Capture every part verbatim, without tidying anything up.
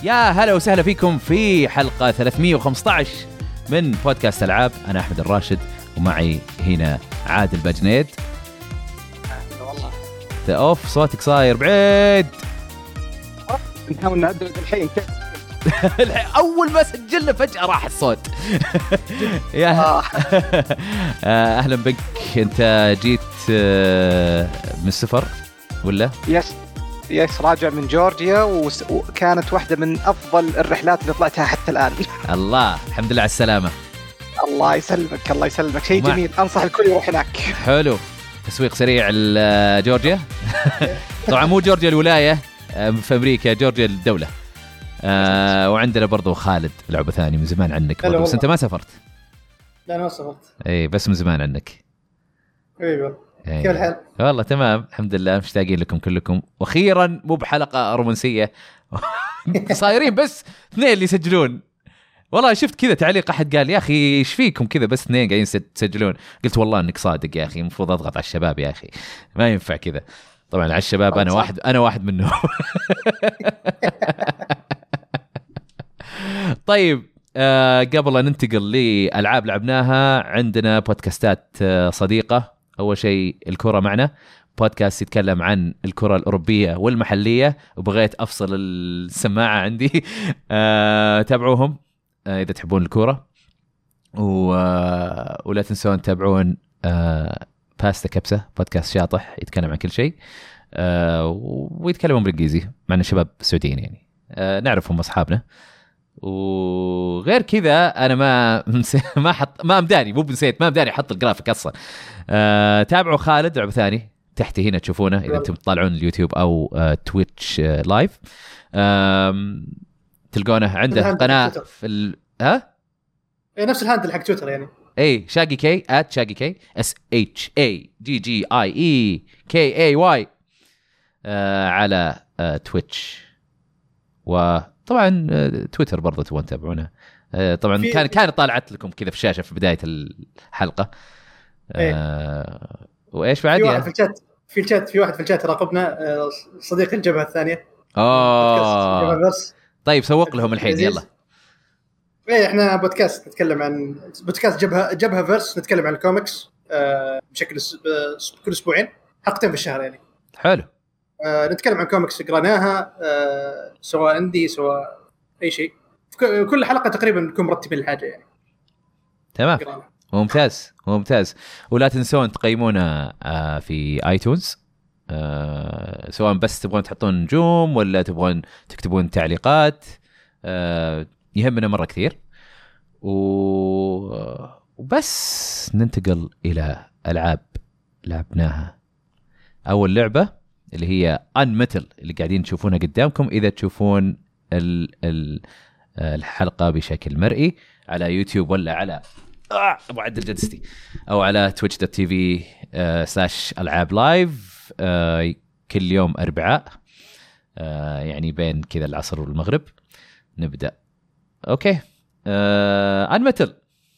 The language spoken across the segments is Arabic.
يا هلا وسهلا فيكم في حلقة ثلاثمية وخمسة عشر من بودكاست ألعاب. أنا أحمد الراشد ومعي هنا عادل باجنيد. والله أوف صوتك صاير بعيد. نحاول نعدل الحين. أول ما سجلنا فجأة راح الصوت. يا أهلا بك. أنت جيت من السفر ولا؟ يس يس راجع من جورجيا وكانت واحدة من أفضل الرحلات اللي طلعتها حتى الآن. الله الحمد لله على السلامة. الله يسلمك الله يسلمك شيء جميل. أنصح الكل يروح هناك. حلو. تسويق سريع لجورجيا. طبعا مو جورجيا الولاية في أمريكا، جورجيا الدولة. آه وعندنا برضو خالد لعبة ثاني من زمان عنك برضو. بس أنت ما سافرت؟ لا أنا ما سافرت. إيه بس من زمان عنك. أيوة. إيه. كيف الحال؟ والله تمام الحمد لله، مشتاقين لكم كلكم. وأخيرا مو بحلقة رومانسية. صايرين بس اثنين اللي يسجلون. والله شفت كذا تعليق أحد قال يا أخي إيش فيكم كذا بس اثنين قاعدين تسجلون. قلت والله إنك صادق يا أخي، المفروض أضغط على الشباب يا أخي، ما ينفع كذا. طبعا على الشباب أنا واحد أنا واحد منهم. طيب آه قبل أن ننتقل لألعاب لعبناها، عندنا بودكاستات آه صديقة. أول شيء الكرة معنا، بودكاست يتكلم عن الكرة الأوروبية والمحلية، وبغيت أفصل السماعة عندي. آه تابعوهم آه إذا تحبون الكرة. و... آه ولا تنسون تابعون آه باستا كبسة، بودكاست شاطح يتكلم عن كل شيء. آه ويتكلمون بالإنجليزي معنا شباب سعوديين يعني آه نعرفهم أصحابنا. وغير كذا انا ما ما حط ما مداني مو بنسيت ما مداني احط الجرافيك اصلا. أه تابعوا خالد لعبة ثاني تحتي هنا تشوفونه اذا انتم تطالعون اليوتيوب او أه تويتش أه لايف. أه تلقونه عنده قناه في ال... ها اي نفس الهاندل حق تويتر يعني. اي شاقي كي ات شاقي كي اس اتش اي جي جي اي اي كي اي واي على أه تويتش. و طبعا تويتر برضه تبون تتابعونه. طبعا كان كان طالعت لكم كذا في الشاشه في بدايه الحلقه. ايه. آه وايش بعد في يعني؟ واحد في الشات في الشات في واحد في الشات راقبنا، صديق الجبهه الثانيه. اه طيب سوق لهم الحين يلا. ايه احنا بودكاست نتكلم عن بودكاست جبهه جبهه فيرس، نتكلم عن الكوميكس آه بشكل س... كل اسبوعين حلقتين في الشهر يعني. حلو. آه نتكلم عن كوميكس قرأناها، آه سواء اندي سواء اي شيء. كل حلقه تقريبا نكون مرتبين الحاجه يعني. تمام ممتاز ممتاز. ولا تنسون تقيمونا آه في ايتونز، آه سواء بس تبغون تحطون نجوم ولا تبغون تكتبون تعليقات، آه يهمنا مره كثير. وبس ننتقل الى العاب لعبناها. اول لعبه اللي هي Unmetal اللي قاعدين تشوفونها قدامكم إذا تشوفون ال ال الحلقة بشكل مرئي على يوتيوب ولا على آه معدل جدستي أو على تويتش دوت تي في سلاش ألعاب لايف آه كل يوم أربعاء آه يعني بين كذا العصر والمغرب نبدأ. أوكي آه Unmetal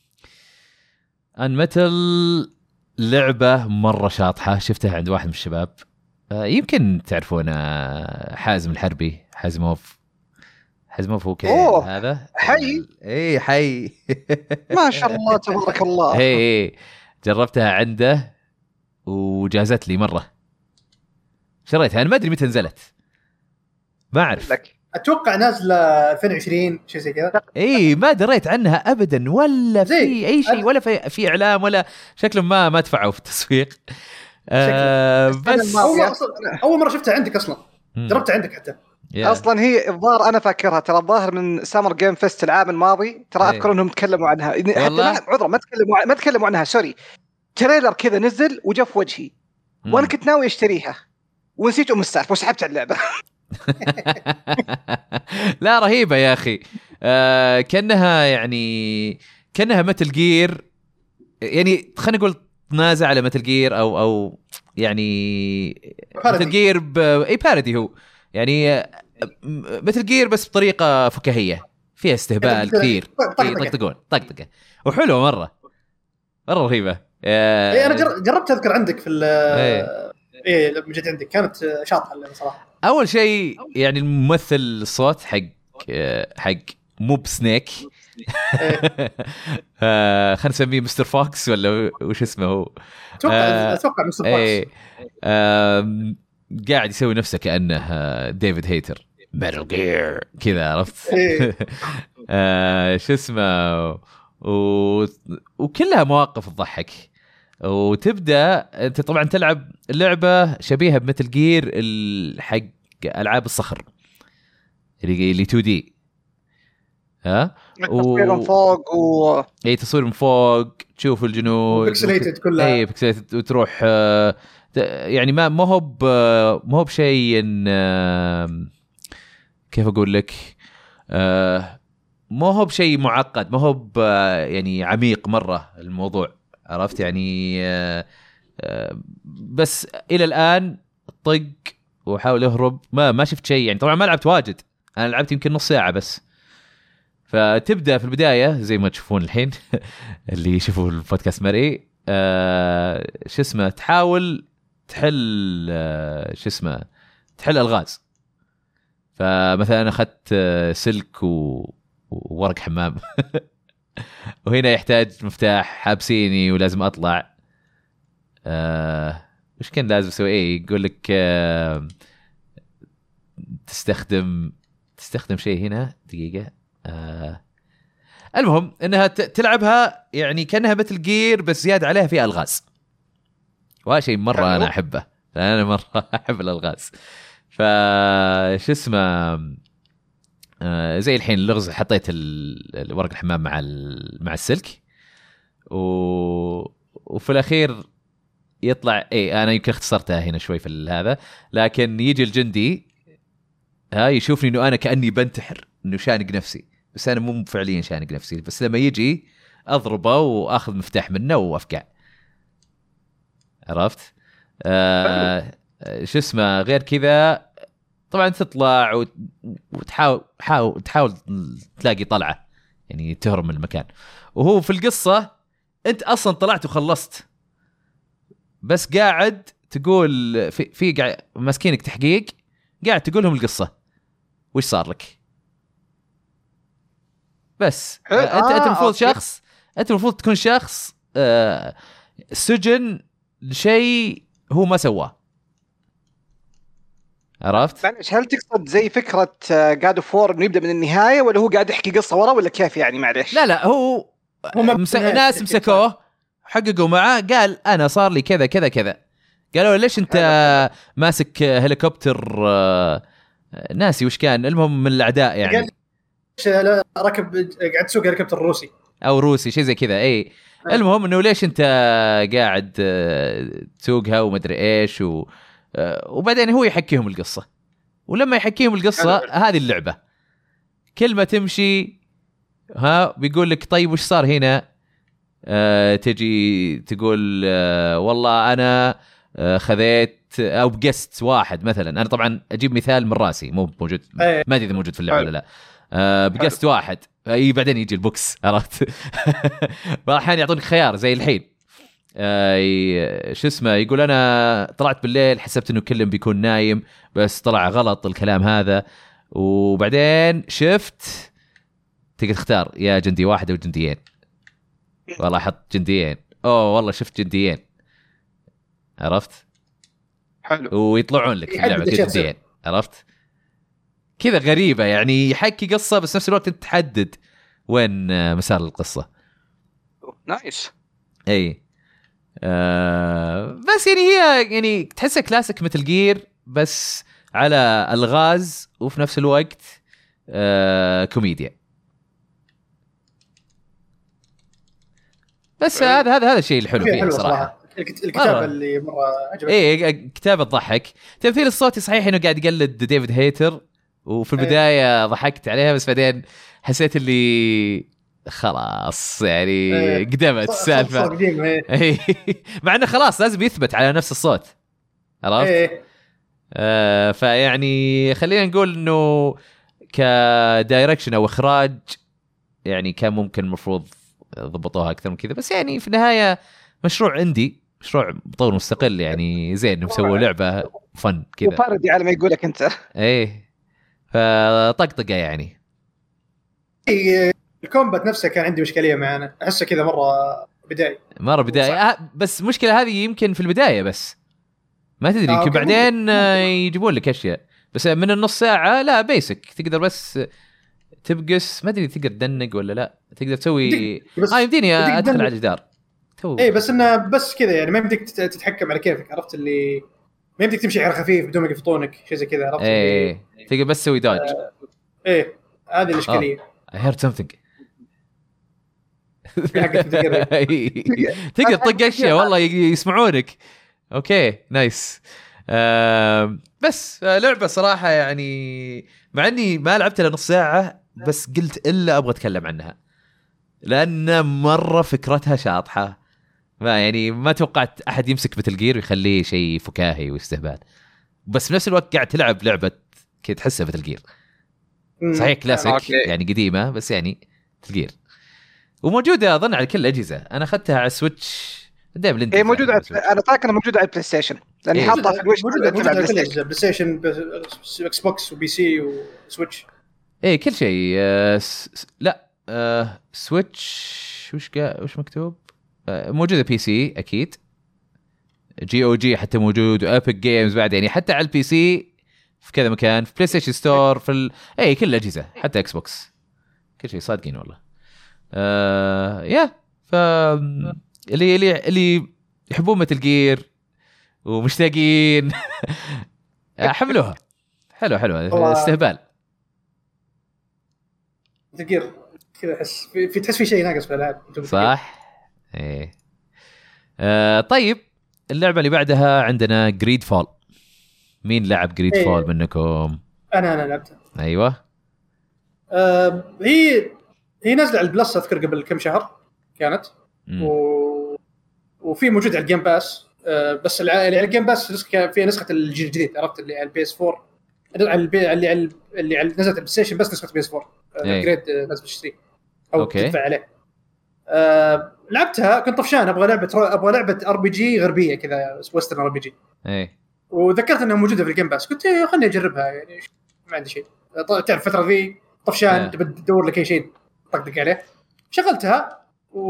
Unmetal لعبة مرة شاطحة، شفتها عند واحد من الشباب يمكن تعرفون حازم الحربي. حازموف حازموف هو كذا هذا حي. اي حي. ما شاء الله تبارك الله. اي جربتها عنده وجازت لي مره. شريتها انا ما ادري متى نزلت، ما اعرف لك. اتوقع نازله ألفين وعشرين شيء زي كذا. اي ما دريت عنها ابدا ولا في اي شيء ولا في في اعلام ولا شكلهم ما ما دفعوا في التسويق. آه بس أول, أول مرة شفتها عندك أصلا. جربتها عندك حتى yeah. أصلا هي الظاهر أنا فاكرها ترى الظاهر من سامر جيم فيست العام الماضي ترى أذكر yeah. أنهم تكلموا عنها حتى ما عذرا ما تكلموا ما تكلموا عنها سوري. تريلر كذا نزل وجاء في وجهي mm. وأنا كنت ناوي أشتريها ونسيت أم السالفة وسحبت على اللعبة. لا رهيبة يا أخي. آه كأنها يعني كأنها متل جير يعني خلينا نقول تنازع على متل جير أو أو يعني متل جير بأي بارودي هو يعني متل جير بس بطريقة فكاهية فيها استهبال كثير طقطقون طقطقة وحلوة مرة مرة رهيبة. إيه أنا جربت أذكر عندك في إيه إيه لما جيت عندك كانت شاطحة صراحة. أول شيء يعني الممثل الصوت حق حق موب سنيك خلينا نسميه مستر فوكس ولا وش اسمه هو اتوقع اتوقع مستر فوكس قاعد يسوي نفسه كأنه ديفيد هيتر ميتال جير كذا عرفت شو اسمه و... وكلها مواقف تضحك وتبدا انت طبعا تلعب اللعبه شبيهه بمثل جير حق العاب الصخر اللي اللي تو دي ها تصوير من فوق و اي تصوير من فوق تشوف الجنود بيكسليتد كلها اي بيكسليتد وتروح يعني ما ما هو ما هو بشيء كيف اقول لك ما هو بشيء معقد ما هو يعني عميق مره الموضوع عرفت يعني بس الى الان طق وحاول يهرب ما ما شفت شيء يعني طبعا ما لعبت واجد انا لعبت يمكن نص ساعه بس فتبدا في البدايه زي ما تشوفون الحين اللي يشوفوا البودكاست مرئي آه شو اسمه تحاول تحل آه شو اسمه تحل الغاز فمثلا انا اخذت سلك و... وورق حمام وهنا يحتاج مفتاح حابسيني ولازم اطلع آه... وش كان لازم اسوي ايه يقول لك آه... تستخدم تستخدم شيء هنا دقيقه آه... المهم انها ت... تلعبها يعني كانها مثل جير بس زياده عليها فيها الغاز وهذا شيء مره انا احبه انا مره احب الالغاز فش اسمه آه زي الحين اللغز حطيت الورق الحمام مع مع السلك و... وفي الاخير يطلع اي انا يمكن اختصرتها هنا شوي في هذا لكن يجي الجندي ها يشوفني انه انا كاني بنتحر انه شانق نفسي بس انا مو فعليا شانق نفسي بس لما يجي اضربه واخذ مفتاح منه وافقع عرفت آه شو اسمه غير كذا طبعا تطلع وتحاول حاول تحاول تلاقي طلعه يعني تهرب من المكان وهو في القصه انت اصلا طلعت وخلصت بس قاعد تقول في في قاعد ماسكينك تحقيق قاعد تقول لهم القصه وش صار لك بس انت آه انت المفروض أوكي. شخص انت المفروض تكون شخص آه سجن لشيء هو ما سواه عرفت معلش هل تقصد زي فكره جاد اوف وور انه يبدا من النهايه ولا هو قاعد يحكي قصه ورا ولا كيف يعني معلش لا لا هو مس... ناس مسكوه حققوا معاه قال انا صار لي كذا كذا كذا قالوا ليش انت ماسك هليكوبتر ناسي وش كان المهم من الاعداء يعني ركب قاعد تسوق هليكوبتر روسي او روسي شيء زي كذا اي المهم انه ليش انت قاعد تسوقها وما ادري ايش و... وبعدين هو يحكيهم القصه ولما يحكيهم القصه هذه اللعبه كل ما تمشي ها بيقول لك طيب وش صار هنا آه تجي تقول آه والله انا آه خذيت او بقست واحد مثلا انا طبعا اجيب مثال من راسي مو موجود ما ادري اذا موجود في اللعبه ولا لا آه بقست واحد اي بعدين يجي البوكس عرفت واحيانا يعطونك خيار زي الحين آه شو اسمه يقول انا طلعت بالليل حسبت انه كلهم بيكون نايم بس طلع غلط الكلام هذا وبعدين شفت تقدر تختار يا جندي واحد او جنديين والله احط جنديين اوه والله شفت جنديين عرفت حلو ويطلعون لك في اللعبه جنديين عرفت كذا غريبه يعني يحكي قصه بس نفس الوقت انت تحدد وين مسار القصه نايس اي آه بس يعني هي يعني تحسها كلاسيك مثل جير بس على الغاز وفي نفس الوقت آه كوميديا بس هذا هذا هذا الشيء الحلو فيه صراحه الكتابه اللي مره عجبتني ايه كتابه تضحك تمثيل الصوتي صحيح انه قاعد يقلد ديفيد هيتر وفي البدايه ضحكت عليها بس بعدين حسيت اللي خلاص يعني ايه قدمت السالفه ايه مع انه خلاص لازم يثبت على نفس الصوت عرفت ايه آه فيعني خلينا نقول انه كدايركشن او اخراج يعني كان ممكن المفروض ضبطوها اكثر من كذا بس يعني في النهايه مشروع اندي مشروع مطور مستقل يعني زين مسووا لعبه فن كذا وفاردي على ما يقولك انت ايه فطقطقه يعني الكومبات نفسه كان عندي مشكلة معنا، أحسه كذا مرة بداية مرة بداية آه بس مشكلة هذه يمكن في البداية بس ما تدري يمكن آه بعدين آه يجيبون لك أشياء، بس من النص ساعة لا بيسك تقدر بس تبقس، ما ادري تقدر تدنق ولا لا تقدر تسوي اه يمديني ادخل على الجدار اي بس انه بس كذا يعني ما يمديك تتحكم على كيفك، عرفت اللي ما يمديك تمشي على خفيف بدون ما يقفطونك شيء زي كذا، عرفت ايه تقدر بس تسوي دوج آه. ايه هذه الاشكاليه. I heard something تقدر تطق اشياء والله يسمعونك. اوكي نايس. آه بس لعبه صراحه يعني مع اني ما لعبت لها نص ساعه بس قلت الا ابغى اتكلم عنها لان مره فكرتها شاطحه، ما يعني ما توقعت احد يمسك باتل جير ويخليه شيء فكاهي واستهبال، بس بنفس الوقت قاعد تلعب لعبه كي تحسها باتل جير صحيح كلاسيك يعني قديمه بس يعني باتل جير، وموجوده اظن على كل الاجهزه. انا اخذتها على السويتش دائما هي موجوده على... انا فاكر انها موجوده على البلاي ستيشن لاني إيه. حاطها في الوش موجوده على البلاي ستيشن اكس بوكس وبي سي وسويتش ايه كل شيء. آه س... لا آه سويتش وش قا... وش مكتوب آه موجوده بي سي اكيد، جي او جي حتى موجود، وابيك جيمز بعد يعني حتى على البي سي في كذا مكان، في بلاي ستيشن ستور، في ال... اي كل الاجهزه حتى اكس بوكس كل شيء صادقين والله. آه يا ف اللي اللي اللي يحبون متل جير ومشتاقين حملوها حلو حلو استهبال تقير كذا احس في, في تحس في شيء ناقص في الالعاب صح. ايه آه طيب اللعبه اللي بعدها عندنا جريد فول. مين لعب جريد إيه. فول منكم؟ انا انا لعبتها. ايوه آه هي هي نازله على البلس اذكر قبل كم شهر كانت و... وفي موجود على الجيم باس. آه بس اللي على الجيم باس نسخه فيها نسخه الجيل الجديد، عرفت اللي على البي اس فور على البي اللي على اللي على نزلت البلاي ستيشن بس نسخه بي اس فور جريد لازم تشتري او أوكي. تدفع عليه. آه لعبتها كنت طفشان ابغى لعبه ابغى لعبه ار بي جي غربيه كذا ويسترن ار بي جي اي، وذكرت انها موجوده في الجيم باس قلت خلني اجربها يعني ما عندي شيء تعرف الفتره ذي طفشان تبي تدور لك اي شيء طقطق عليه. شغلتها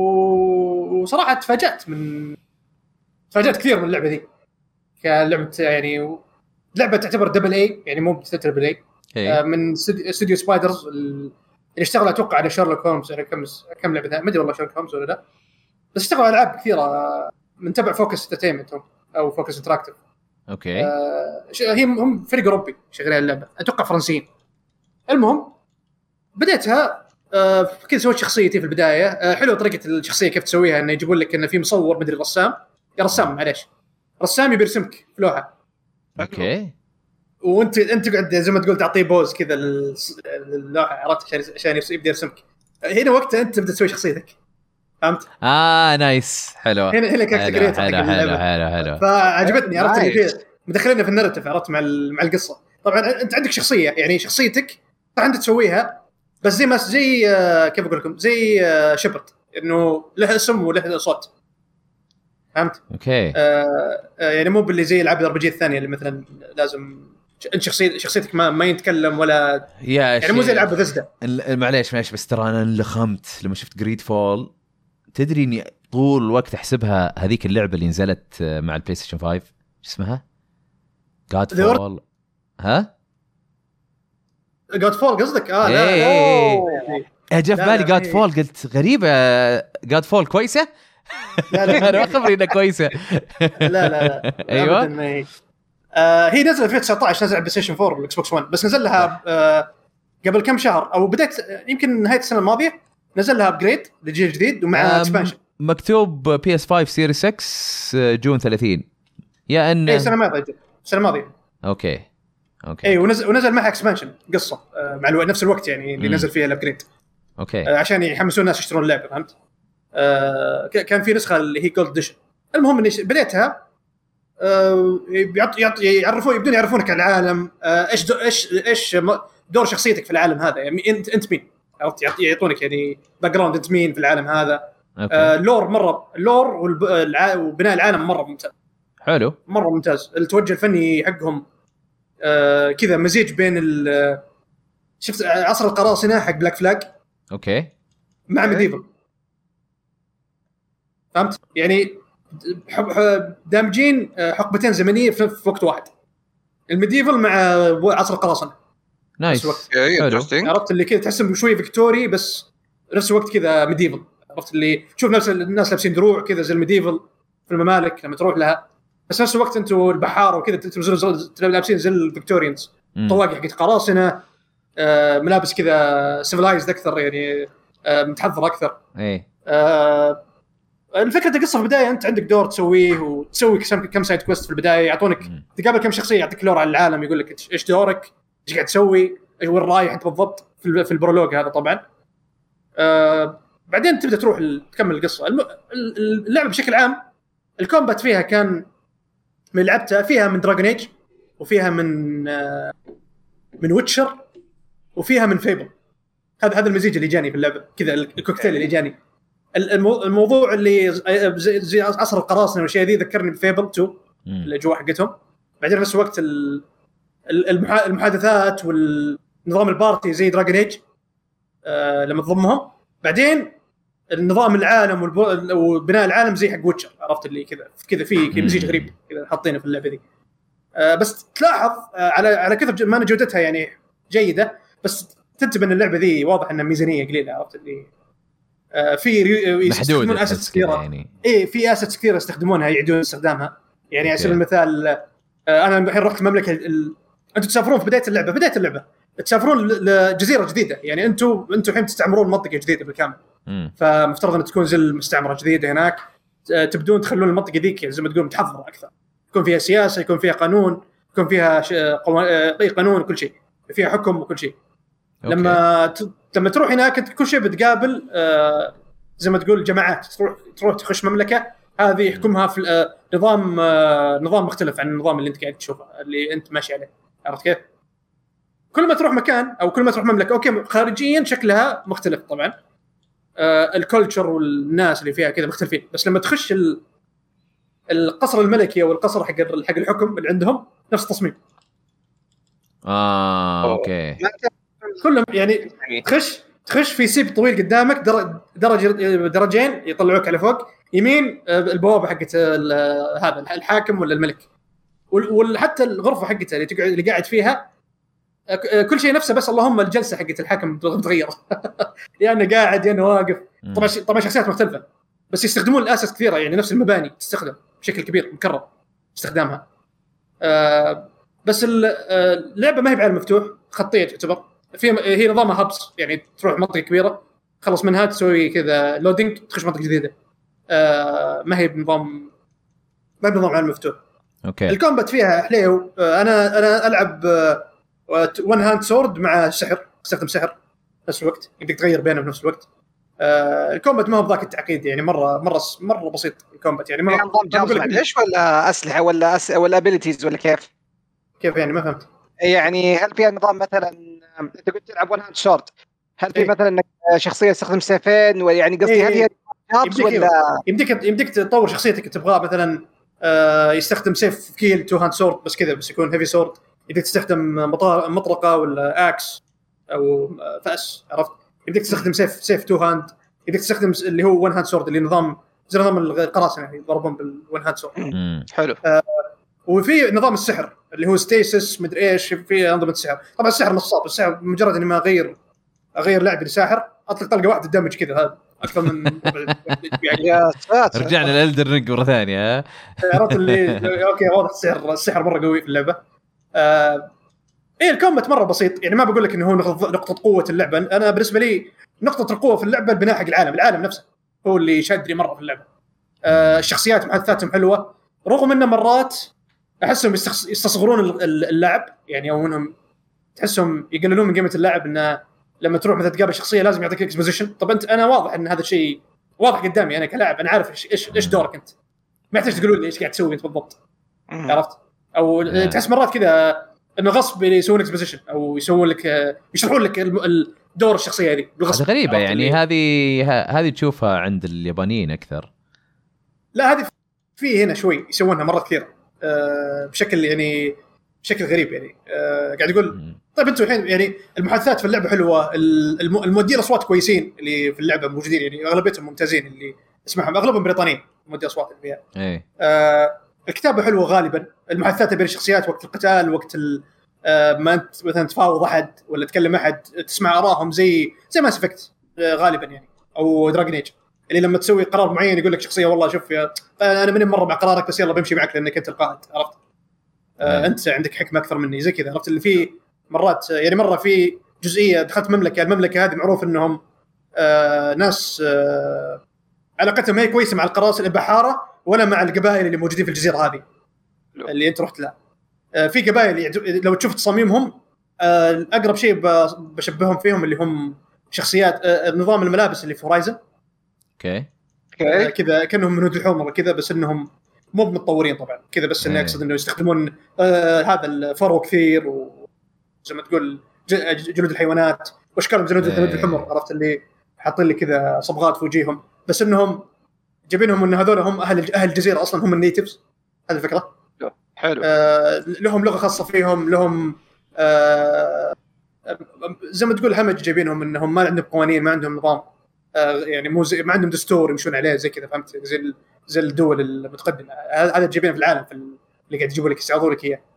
وصراحه تفاجأت من تفاجأت كثير من اللعبه ذي كلعبه يعني لعبه تعتبر دبل اي يعني مو دبل اي آه من استوديو سبايدرز اللي اشتغل اتوقع على شارلوك هولمز على كم كم لعبه ما ادري والله شارلوك هولمز ولا لا، بس اشتغلوا على العاب كثيره من تبع فوكس انترتينمنت او فوكس انتراكتيف. اوكي آه هي هم فريق اوروبي شغالين على اللعبه اتوقع فرنسيين. المهم بديتها آه كذا سويت شخصيتي في البدايه آه حلو طريقه الشخصيه كيف تسويها انه يجيبون لك انه في مصور مدري رسام يا رسام معليش رسام يرسمك في لوحه اوكي وانت انت قاعد زي ما تقول تعطيه بوز كذا اللوحه عرفت عشان عشان يبدا يرسمك. هنا وقتها انت تبدا تسوي شخصيتك فهمت؟ اه نايس حلو. هنا هنا كاركتر كريتر حلو حلو حلو حلو فعجبتني عرفت اللي فيه مدخلنا في الناريتيف عرفت مع مع القصه. طبعا انت عندك شخصيه يعني شخصيتك انت تسويها بس زي ما زي آه كيف اقول لكم زي آه شيبرد انه له اسم وله صوت فهمت؟ اوكي آه آه يعني مو باللي زي العاب الار بي جي الثانيه اللي مثلا لازم انت شخصيه شخصيتك ما ما يتكلم ولا يعني مو زي العاب بثزدا. معليش معليش بس ترى انا لخمت لما شفت جريد فول. تدري اني طول الوقت احسبها هذيك اللعبه اللي نزلت مع البلاي ستيشن خمسة ايش اسمها جاد فول. ها جاد فول قصدك؟ اه لا لا جاء في بالي جاد فول قلت غريبه جاد فول كويسه. لا لا انا خبري انها كويسه. لا لا لا ايوه هي آه هي نزلت في ألفين وتسعة عشر نزل على بلاي ستيشن فور والاكس بوكس ون بس نزل لها آه قبل كم شهر او بدايه يمكن نهايه السنه الماضيه نزل لها ابجريد للجيل الجديد ومع اكسبانشن مكتوب بي اس خمسة سيريس ستة جون ثلاثين يا ان اي السنه الماضيه السنه الماضيه اوكي اوكي اي ونزل ونزل معها اكسبانشن قصه آه مع نفس الوقت يعني اللي م. نزل فيها الابجريد اوكي آه عشان يحمسون الناس يشترون اللعبه فهمت. آه كان في نسخه اللي هي جولد اديشن. المهم اني بديتها آه يعطي يعرفون يبدون يعرفونك على العالم آه ايش ايش ايش دور شخصيتك في العالم هذا يعني انت انت مين عرفت يعطونك يعني باك جراوند انت مين في العالم هذا. آه لور مره اللور وبناء العالم مره ممتاز حلو مره ممتاز. التوجه الفني حقهم آه كذا مزيج بين شفت عصر القراصنه حق بلاك فلاج اوكي مع ميديفل. فهمت يعني دامجين حقبتين زمنيه في, في وقت واحد، الميديفل مع عصر القراصنه. نايس حلو. عرفت اللي كذا تحسهم شوي فيكتوري بس نفس الوقت كذا ميديفل. عرفت اللي تشوف نفس الناس لابسين دروع كذا زي الميديفل في الممالك لما تروح لها، بس نفس الوقت انتم البحار وكذا تلبسون لابسين زي الفيكتوريانز، طواقي حقت قراصنه، آه ملابس كذا سيفلايزد اكثر يعني آه متحضر اكثر. ايه آه الفكره القصه في البدايه انت عندك دور تسويه وتسوي كم سايد كويست في البدايه، يعطونك تقابل كم شخصيه يعطيك لور على العالم، يقول لك ايش دورك ايش قاعد تسوي ايش وين رايح انت بالضبط في في البرولوج هذا طبعا. آه بعدين تبدا تروح تكمل القصه. اللعبه بشكل عام الكومبات فيها كان من لعبتها فيها من دراجون ايج وفيها من آه من ويتشر وفيها من فيبل. هذا هذا المزيج اللي جاني في اللعبه كذا، الكوكتيل اللي جاني. الموضوع اللي زي عصر القراصنه والاشياء ذي ذكرني بفيبل اثنين الاجواء حقتهم. بعدين في نفس الوقت المحادثات والنظام البارتي زي دراجون ايج آه لما تضمهم. بعدين النظام العالم وبناء العالم زي حق ويتشر، عرفت اللي كذا كذا في مزيج غريب كذا حاطينه في اللعبه دي. آه بس تلاحظ آه على على كثر ما جودتها يعني جيده، بس تنتبه ان اللعبه ذي واضح انها ميزانيه قليله، عرفت اللي آه في يستخدمون اسيتس كثيره يعني. ايه في اسيتس كثيره يستخدمونها يعيدون استخدامها يعني. على سبيل المثال آه انا الحين رحت المملكه ال... انتم تسافرون في بدايه اللعبه بدايه اللعبه تسافرون لجزيره جديده يعني. انتم انتم الحين تستعمرون منطقه جديده بالكامل، فمفترض ان تكون زي المستعمره جديده هناك. تبدون تخلون المنطقه ذيك زي ما تقول متحضره اكثر، يكون فيها سياسه، يكون فيها قانون، يكون فيها اي قانون وكل شيء، فيها حكم وكل شيء. أوكي. لما ت... لما تروح هناك كل شيء بتقابل آه زي ما تقول جماعات، تروح تروح تخش مملكه هذه يحكمها في آه نظام آه نظام مختلف عن النظام اللي انت قاعد تشوفه اللي انت ماشي عليه، عرفت كيف؟ كل ما تروح مكان او كل ما تروح مملكه اوكي خارجيا شكلها مختلف طبعا، آه الكولتشر والناس اللي فيها كذا مختلفين، بس لما تخش ال... القصر الملكي او القصر حق حق الحكم اللي عندهم نفس التصميم. اه اوكي كلهم يعني تخش تخش في سيب طويل قدامك درجه درجين يطلعوك على فوق يمين البوابه حقت هذا الحاكم ولا الملك، وحتى الغرفه حقته اللي تقعد اللي قاعد فيها كل شيء نفسه، بس اللهم الجلسه حقت الحاكم تتغير يعني قاعد يعني واقف. طبعا طبعا شخصيات مختلفه بس يستخدمون الاساس كثيره يعني نفس المباني تستخدم بشكل كبير مكرر استخدامها. آه بس اللعبه ما هي بعالم مفتوح، خطيه تعتبر في هي نظامها هابس يعني تروح منطقه كبيره خلص منها تسوي كذا لودينج تخش منطقه جديده. آه ما هي بنظام ما بنظام عالم مفتوح. اوكي الكومبات فيها حليو. آه انا انا العب ون هاند سورد مع سحر، استخدم سحر نفس الوقت يقدر تغير بينهم بنفس الوقت. آه الكومبات ما هو بذاك التعقيد يعني مره مره مره بسيط الكومبات يعني. ما نظام جامز ليش ولا اسلحه ولا أس... ولا ابيليتيز ولا كيف كيف يعني ما فهمت يعني. هل فيها نظام مثلا انت قلت تلعب ون هاند سورد، هل في إيه؟ مثلا انك شخصيه تستخدم سيفين ويعني قصدي إيه؟ هل هي يمديك ولا يمديك يمديك تطور شخصيتك تبغاه مثلا آه يستخدم سيف كيل تو هاند سورد بس كذا بس يكون هيفي سورد، يمديك تستخدم مطرقه ولا اكس او فاس، عرفت؟ يمديك تستخدم سيف سيف تو هاند، يمديك تستخدم اللي هو ون هاند سورد اللي نظام زي نظام القراصنه يعني يضربون بالون هاند سورد. حلو. آه وفي نظام السحر اللي هو ستيسس مدري ايش، في انظمه السحر. طبعا السحر نصاب، السحر مجرد اني ما اغير اغير لاعب لساحر اطلق طلقه واحده دمج كذا هذا اكثر من يا ساتر. رجعنا للالدر رينج مره ثانيه. عرفت اللي اوكي واضح السحر السحر مره قوي في اللعبه. آه... ايه الكومبات مره بسيط يعني، ما بقول لك انه هو نقطه قوه اللعبه. انا بالنسبه لي نقطه القوه في اللعبه البناء حق العالم، العالم نفسه هو اللي شدني مره في اللعبه. آه... الشخصيات محادثاتهم حلوه رغم ان مرات احسهم يستصغرون اللعب يعني، او انهم تحسهم يقللون من قيمه اللعب، انه لما تروح مثلا تقابل شخصيه لازم يعطيك اكسبوزيشن. طب انت انا واضح ان هذا الشيء واضح قدامي انا كلاعب، انا عارف ايش ايش دورك انت، ما يحتاج تقولوا لي ايش قاعد تسوي انت بالضبط، عرفت؟ او تحس مرات كذا انه غصب يسوون اكسبوزيشن او يسوون لك يشرحون لك الدور الشخصيه هذه بالغصب. غريبه يعني هذه هذه تشوفها عند اليابانيين اكثر. لا هذه في هنا شوي يسوونها مرات كثير أه بشكل يعني بشكل غريب يعني. أه قاعد يقول طيب انتم الحين يعني المحادثات في اللعبه حلوه، المؤدين الاصوات كويسين اللي في اللعبه موجودين، يعني اغلبيتهم ممتازين اللي اسمعهم، اغلبهم بريطانيين مؤدي اصوات اللي فيها. ايه آه الكتابه حلوه غالبا، المحادثات بين الشخصيات وقت القتال، وقت آه ما انت مثلا تفاوض احد ولا تكلم احد تسمع ارائهم زي زي ما سفكت آه غالبا يعني، او دراجون ايج اللي لما تسوي قرار معين يقول لك شخصيه والله شوف يا انا من مره مع قرارك بس يلا بمشي معك لانك انت القائد، عرفت؟ آه انت عندك حكمه اكثر مني زي كذا، عرفت؟ اللي فيه مرات يعني مره في جزئيه دخلت مملكه، المملكه هذه معروف انهم آه ناس آه علاقتهم هي كويسه مع القراصنه البحاره ولا مع القبائل اللي موجودين في الجزيره هذه اللي انت رحت لها. آه في قبائل لو تشوف تصاميمهم آه اقرب شيء بشبههم فيهم اللي هم شخصيات آه نظام الملابس اللي في هورايزن. اوكي آه كذا كانهم من هود الحمر كذا، بس انهم مو متطورين طبعا كذا، بس اني اقصد انه يستخدمون آه هذا الفرو كثير وزي ما تقول جلود الحيوانات واشكالهم جلود الحمر، عرفت؟ اللي حاطين لي كذا صبغات في وجيههم، بس انهم جايبينهم ان هذول هم اهل اهل الجزيره اصلا، هم النيتيفز. هذه الفكره حلو. آه لهم لغه خاصه فيهم، لهم آه زي ما تقول همج جايبينهم انهم ما عندهم قوانين، ما عندهم نظام آه يعني مو ما عندهم دستور يمشون عليه زي كذا، فهمت؟ زي زي الدول المتقدمه هذا جايبينه في العالم في اللي قاعد يجيبوا لك يساعدوا لك اياه.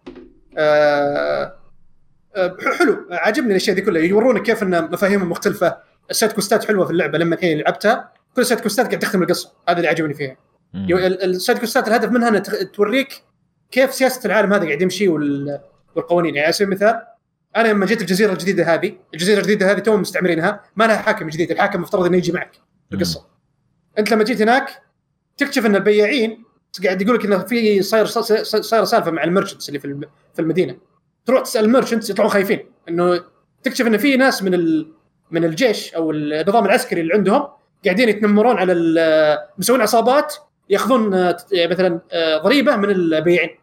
آه حلو، عجبني الاشياء دي كلها، يورونك كيف ان مفاهيمهم مختلفه. السايد كوستات حلوه في اللعبه لما الحين لعبتها، كل سايد كوستات قاعد تختم القصه، هذا اللي عجبني فيها. السايد كوستات الهدف منها ان توريك كيف سياسه العالم هذا قاعد يمشي والقوانين. يعني على سبيل المثال انا لما جيت الجزيره الجديده هذه، الجزيره الجديده هذه توهم مستعمرينها، ما لها حاكم جديد، الحاكم مفترض انه يجي معك في القصه. انت لما جيت هناك تكتشف ان البياعين قاعد يقول لك انه في صاير صاير سالفه مع الميرشنتس اللي في في المدينه. تروح تسال الميرشنتس يطلعون خايفين، انه تكتشف ان في ناس من من الجيش او النظام العسكري اللي عندهم قاعدين يتنمرون على مسوين عصابات ياخذون مثلا ضريبه من البياعين.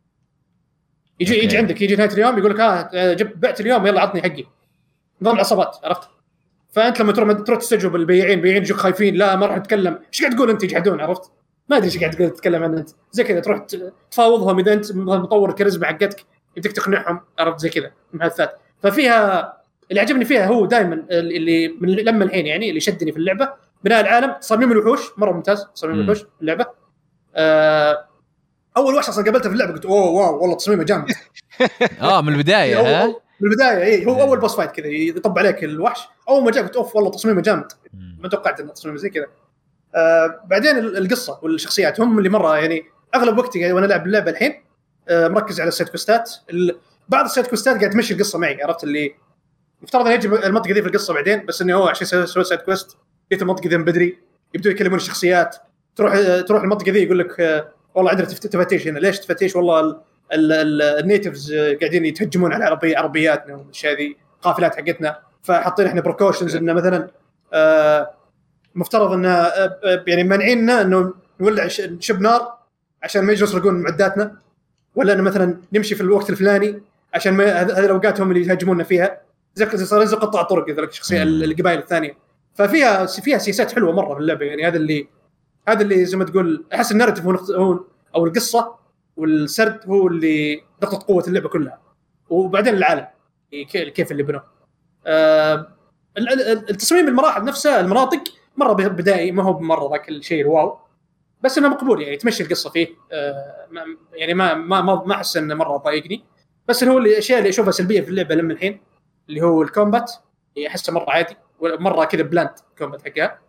يجي okay. يجي عندك يجي نهايه اليوم يقول لك ها جبت بعت اليوم يلا عطني حقي، نظام العصابات، عرفت؟ فانت لما تروح تروح تستجوب البياعين، بياعين يجوا خايفين، لا ما راح نتكلم، ايش قاعد تقول انت يجحدون، عرفت؟ ما ادري ايش قاعد تتكلم عنه انت، زي كذا تروح تفاوضهم اذا انت مطور الكاريزما حقتك بدك تقنعهم، عرفت؟ زي كذا محادثات. ففيها اللي عجبني فيها هو دائما اللي من لما الحين يعني اللي شدني في اللعبه بناء العالم، تصاميم الوحوش مره ممتاز، تصاميم الوحوش في اللعبه. آه اول وحش اصلا قابلته في اللعبه قلت اوه واو والله تصميمه جامد. اه من البدايه ها من البدايه اي هو اول بوس فايت كذا يطب عليك الوحش، اول ما جاء قلت اوف والله تصميمه جامد، ما توقعت انه تصميمه زي كذا. آه بعدين القصه والشخصيات هم اللي مره يعني اغلب وقتي يعني وانا العب اللعبه الحين آه مركز على السايد كوستات. بعض السايد كوستات قاعد تمشي القصه معي، عرفت؟ اللي مفترض ان يجي المنطقه دي في القصه بعدين، بس انه هو عشان يسوي سايد كوست جيت المنطقه دي من بدري، يبدوا يكلمون الشخصيات، تروح تروح المنطقه دي يقول لك آه والله عندنا تفتيش هنا، ليش تفتيش؟ والله النيتيفز قاعدين يتهجمون على عربي عربياتنا والاشياء ذي، قافلات حقتنا، فحاطين احنا بروكوشنز انه مثلا آه مفترض انه آه يعني مانعيننا انه نولع شب نار عشان ما يجوا يسرقون معداتنا، ولا انه مثلا نمشي في الوقت الفلاني عشان ما هذه الاوقات هم اللي يهاجموننا فيها، زي صار زي قطاع طرق ذلك الشخصيه القبائل الثانيه. ففيها فيها سياسات حلوه مره في اللعبه، يعني هذا اللي هذا اللي زي ما تقول احس الناريتيف هو او القصه والسرد هو اللي نقطه قوه اللعبه كلها، وبعدين العالم كيف اللي بنوه. أه التصميم المراحل نفسها المناطق مره بدائي، ما هو مره ذاك الشيء الواو، بس انه مقبول يعني تمشي القصه فيه. أه يعني ما ما ما احس انه مره ضايقني، بس هو الاشياء اللي اشوفها سلبيه في اللعبه لما الحين اللي هو الكومبات احسه مره عادي، مره كذا بلاند كومبات حقها.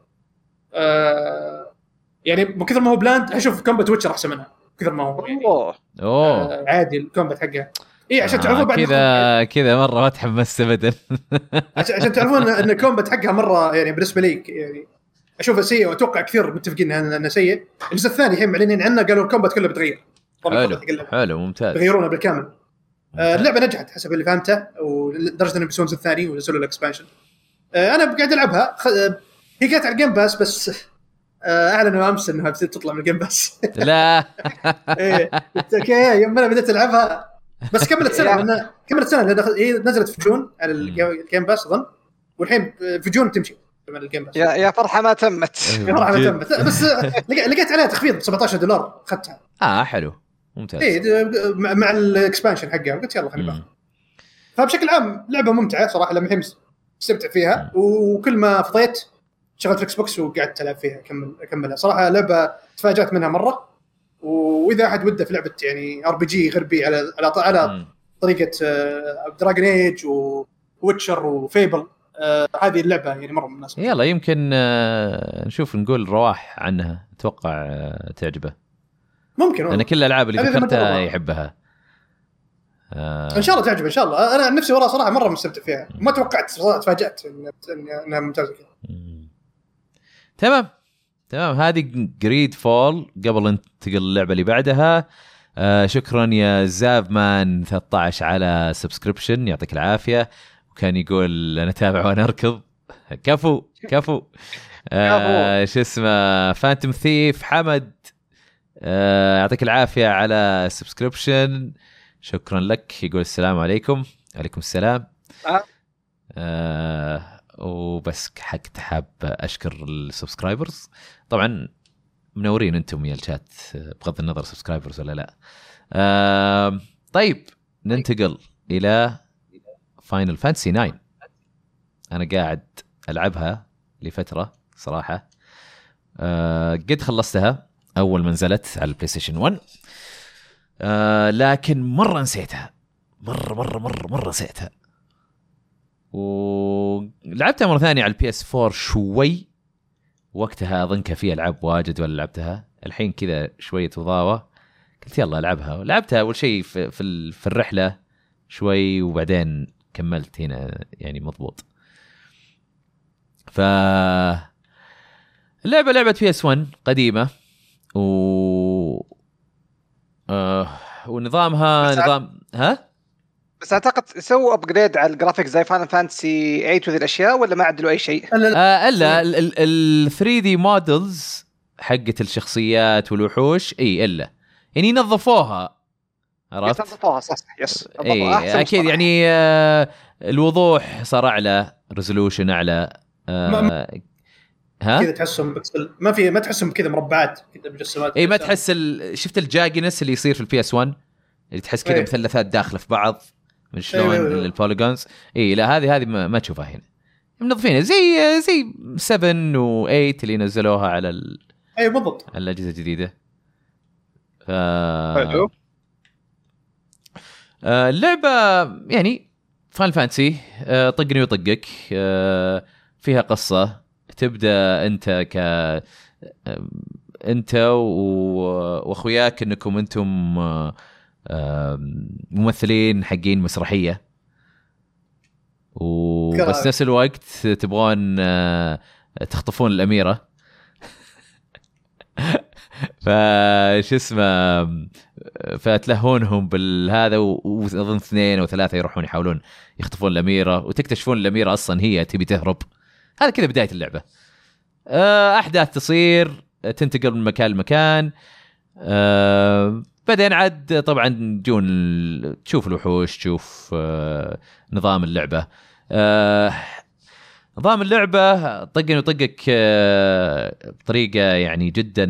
أه يعني بكثر ما هو بلاند اشوف كومبات ويتشر احسن منها كثر ما هو يعني اوه آه عادي الكومبات حقها اي عشان آه تعرفون بعد كذا كذا مره ما تحمست ابدا. عشان عشان تعرفون ان الكومبات حقها مره يعني بالنسبه لي يعني اشوفه سيء، واتوقع كثير متفقين انه سيء. الجزء الثاني الحين معلنين عنه قالوا الكومبات كله بتغير. حلو حلو ممتاز، بيغيرونه بالكامل. آه اللعبه نجحت حسب اللي فهمته، ولدرجه انه بيسوون الجزء الثاني ونزلوا الاكسبانشن. آه انا قاعد العبها خ... هي كانت على الجيم باس، بس اعلنوا امس انها بتطلع من الجيم باس. لا ايه اوكي يوم انا بديت العبها بس كملت سنه لان كملت سنه لان هي نزلت في جون على الجيم باس اظن، والحين في جون تمشي من الجيم باس. يا يا فرحه ما تمت يا فرحه ما تمت، بس لقيت عليها تخفيض ب سبعة عشر دولار اخذتها. اه حلو ممتاز. ايه مع الاكسبانشن حقها قلت يلا خلينا. فبشكل عام لعبه ممتعه صراحه، لما الحين استمتع فيها، وكل ما فضيت شغلت اكس بوكس وقعدت العب فيها اكمل اكملها صراحه. لعبه تفاجات منها مره، واذا احد وده في لعبه يعني ار بي جي غربي على على على طريقه دراجون ايج وويتشر وفيبل، آه هذه اللعبه يعني مره مناسبه. يلا يمكن آه نشوف نقول رواح عنها، اتوقع آه تعجبه ممكن. انا كل الالعاب اللي ذكرتها يحبها. آه ان شاء الله تعجب ان شاء الله. انا نفسي وراها صراحه مره مستمتع فيها، ما توقعت صراحه، تفاجات انها ممتازه كذا. تمام تمام. هذه جريد فول. قبل ننتقل اللعبه اللي بعدها، آه شكرا يا زاب مان ثلاثة عشر على سبسكريبشن، يعطيك العافيه. وكان يقول انا تابع وانا اركض. كفو كفو. آه شو اسمه فانتوم ثيف حمد، آه يعطيك العافيه على سبسكريبشن، شكرا لك. يقول السلام عليكم. عليكم السلام. أه. آه وبس حق حاب اشكر السبسكرايبرز، طبعا منورين انتم يا الشات بغض النظر سبسكرايبرز ولا لا. آه طيب ننتقل الى فاينل فانتسي ناين. انا قاعد العبها لفتره صراحه، آه قد خلصتها اول ما نزلت على البلاي ستيشن واحد، آه لكن مره نسيتها، مره مره مره مره نسيتها. ولعبتها مرة ثانية على البي اس فور شوي، وقتها أظن كان في ألعاب واجد ولا لعبتها. الحين كذا شوية وضاوة، قلت يلا ألعبها. لعبتها أول شيء في, في, في الرحلة شوي، وبعدين كملت هنا يعني مضبوط. ف اللعبة لعبة بي اس واحد قديمة، و آه... ونظامها نظام ها بس اعتقد سووا ابجريد على الجرافيك زي فاينل فانتسي ثمانية وذي الاشياء، ولا ما عدلوا اي شيء؟ الا الا ال ثري دي مودلز حقه الشخصيات والوحوش اي الا يعني نظفوها، عرفت؟ نظفوها صح صح يس اي اكيد يعني آه الوضوح صار اعلى، ريزولوشن اعلى، آه ها كذا تحسهم بكسل، ما في ما تحسهم كذا مربعات كذا مجسمات. اي ما تحس شفت الجاجنس اللي يصير في البي اس واحد اللي تحس كذا مثلثات داخله في بعض من شلون البوليجونز. اي لا هذه هذه ما, ما تشوفها هنا، منظفينها زي زي سبعة و8 اللي نزلوها على ال... ايوه بالضبط على الاجهزه الجديده. ف حلو. آه اللعبه يعني فاينل فانتسي، آه طقني وطقك، آه فيها قصه. تبدا انت ك آه انت واخوياك انكم انتم آه ممثلين حقين مسرحية، وبس نفس الوقت تبغون تخطفون الأميرة. فش اسمه فتلهونهم بالهذا، وأظن اثنين أو ثلاثة يروحون يحاولون يخطفون الأميرة، وتكتشفون الأميرة أصلا هي تبي تهرب. هذا كذا بداية اللعبة. أحداث تصير، تنتقل من مكان لمكان، بعدين عاد طبعا جون تشوف الوحوش، تشوف آه نظام اللعبة. آه نظام اللعبة طقني وطقك آه بطريقة يعني جدا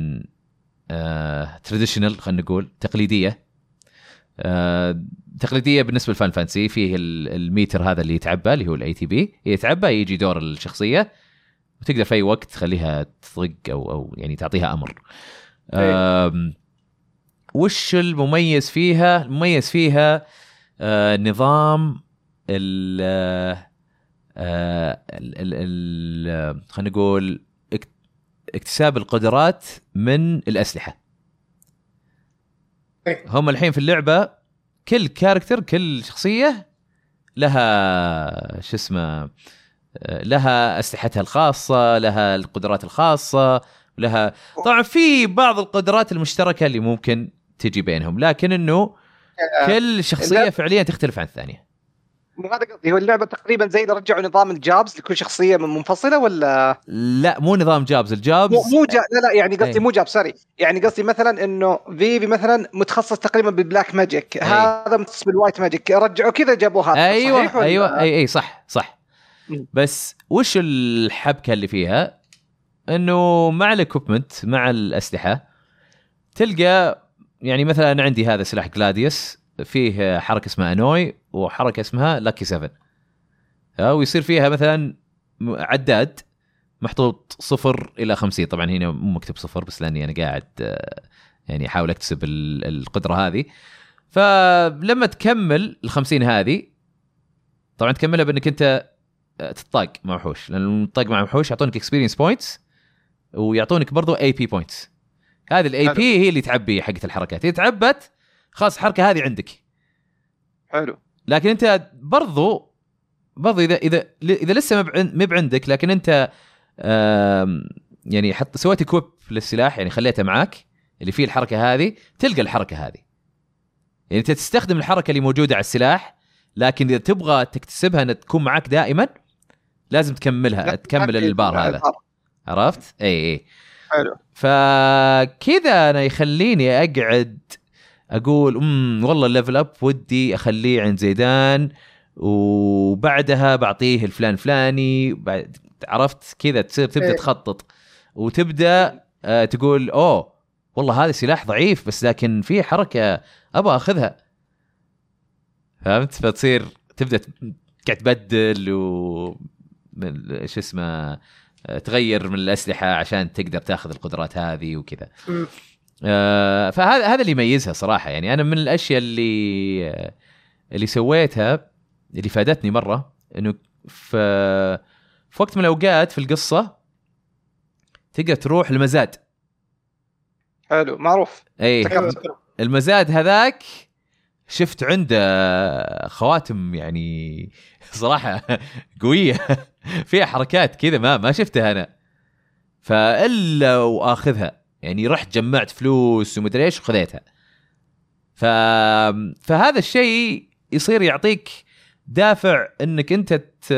آه تراديشنال، خلينا نقول تقليدية. آه تقليدية بالنسبة لفان فانسي. فيه الميتر هذا اللي يتعبى اللي هو الاي تي بي، يتعبى يجي دور الشخصية، وتقدر في أي وقت تخليها تطق أو أو يعني تعطيها أمر. آه وش المميز فيها؟ المميز فيها آه نظام ال آه ال خلينا نقول اكتساب القدرات من الأسلحة. هم الحين في اللعبة كل كاركتر كل شخصية لها شو اسمه لها أسلحتها الخاصة، لها القدرات الخاصة، لها طبعا في بعض القدرات المشتركة اللي ممكن تجي بينهم، لكن انه كل شخصيه فعليا تختلف عن الثانيه. مو هذا قصدي، هو اللعبه تقريبا زي اللي رجعوا نظام الجابز لكل شخصيه من منفصله، ولا لا مو نظام جابز. الجابز مو, مو جا... لا لا يعني قصدي مو جاب سوري، يعني قصدي مثلا انه فيفي مثلا متخصص تقريبا بالبلاك ماجيك، أي. هذا متخصص بالوايت ماجيك، رجعوا كذا جابوها. ايوه ايوه اي اي صح صح. م. بس وش الحبكه اللي فيها؟ انه مع الاكوبمنت مع الاسلحه تلقى يعني مثلا عندي هذا سلاح جلاديوس، فيه حركه اسمها انوي وحركه اسمها لاكي سفن، ويصير فيها مثلا عداد محطوط صفر الى خمسين. طبعا هنا مو مكتوب صفر بس لاني انا قاعد يعني احاول اكتسب القدره هذه. فلما تكمل الخمسين هذه طبعا تكملها بانك انت تطاق مع وحوش، لان الطاق مع وحوش يعطونك اكسبيرينس بوينتس ويعطونك برضو اي بي بوينتس. هذه الاي بي هي اللي تعبي حقه الحركات، هي تعبت خلاص الحركه هذه عندك حلو. لكن انت برضو برضو اذا اذا اذا لسه ما بعندك لكن انت يعني حط سويت كويب للسلاح يعني خليته معاك اللي فيه الحركه هذه، تلقى الحركه هذه يعني انت تستخدم الحركه اللي موجوده على السلاح، لكن اذا تبغى تكتسبها ان تكون معاك دائما لازم تكملها تكمل البار هذا. عرفت؟ اي اي حلو. فكذا انا يخليني اقعد اقول امم والله الليفل اب ودي اخليه عند زيدان وبعدها بعطيه الفلان فلاني بعد. عرفت كذا تصير تبدا تخطط وتبدا آه تقول اوه والله هذا سلاح ضعيف بس لكن فيه حركه ابغى اخذها. فهمت؟ فتصير تبدا قاعد تبدل و ايش اسمه تغير من الاسلحه عشان تقدر تاخذ القدرات هذه وكذا. آه فهذا هذا اللي يميزها صراحه. يعني انا من الاشياء اللي اللي سويتها اللي فادتني مره انه في في وقت من الاوقات في القصه تقدر تروح المزاد. حلو معروف. اي المزاد هذاك شفت عنده خواتم يعني صراحه قويه فيها حركات كذا ما ما شفتها انا، فالا واخذها يعني رحت جمعت فلوس ومدري ايش وخذيتها. ف فهذا الشيء يصير يعطيك دافع انك انت ت...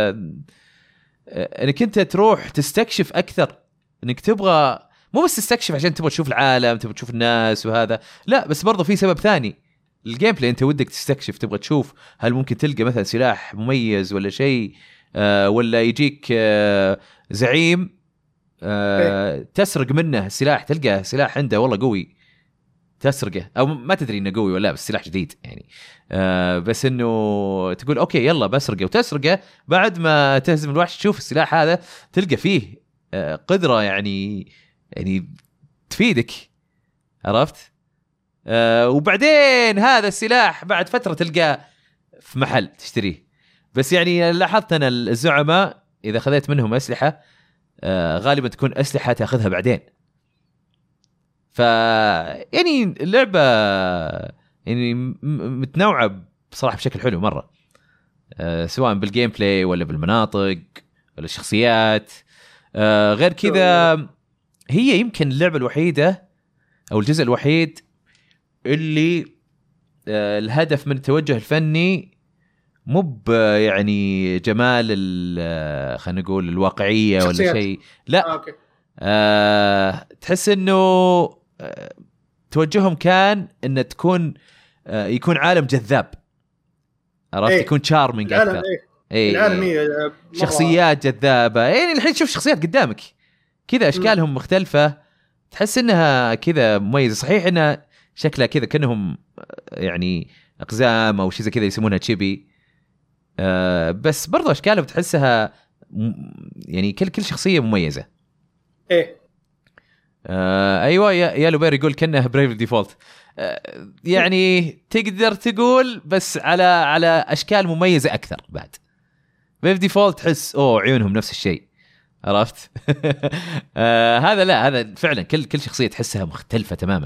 انك انت تروح تستكشف اكثر، انك تبغى مو بس تستكشف عشان تبغى تشوف العالم تبغى تشوف الناس وهذا، لا بس برضو في سبب ثاني الجيم بلاي. انت ودك تستكشف تبغى تشوف هل ممكن تلقى مثلا سلاح مميز ولا شيء آه ولا يجيك آه زعيم آه تسرق منه السلاح، تلقى سلاح عنده والله قوي تسرقه او ما تدري انه قوي ولا بس سلاح جديد يعني آه بس انه تقول اوكي يلا بسرقه وتسرقه. بعد ما تهزم الوحش تشوف السلاح هذا تلقى فيه آه قدرة يعني يعني تفيدك. عرفت؟ آه وبعدين هذا السلاح بعد فترة تلقاه في محل تشتريه. بس يعني لاحظت أنا الزعماء إذا خذيت منهم أسلحة آه غالبا تكون أسلحة تأخذها بعدين. ف يعني اللعبة يعني متنوعة بصراحة بشكل حلو مرة آه سواء بالجيم بلاي ولا بالمناطق ولا الشخصيات. آه غير كذا هي يمكن اللعبة الوحيدة أو الجزء الوحيد اللي آه الهدف من التوجه الفني مو يعني جمال خلينا نقول الواقعية ولا شيء، لا آه، أوكي. آه تحس إنه آه توجههم كان إن تكون آه يكون عالم جذاب. عرفت؟ إيه. يكون تشارمينج العالم أكثر. إيه. إيه. العالم إيه. مرة... شخصيات جذابة يعني الحين تشوف شخصيات قدامك كذا أشكالهم م. مختلفة تحس إنها كذا مميزة. صحيح إنها شكلها كذا كأنهم يعني أقزام أو شيء زي كذا يسمونها تشيبي آه بس برضو أشكالهم تحسها م... يعني كل كل شخصية مميزة. إيه آه أيوة يا, يا لوبير يقول كأنه بريف ديفولت آه يعني تقدر تقول بس على على أشكال مميزة أكثر. بعد بريف ديفولت تحس أوه عيونهم نفس الشيء. عرفت؟ آه هذا لا هذا فعلا كل كل شخصية تحسها مختلفة تماما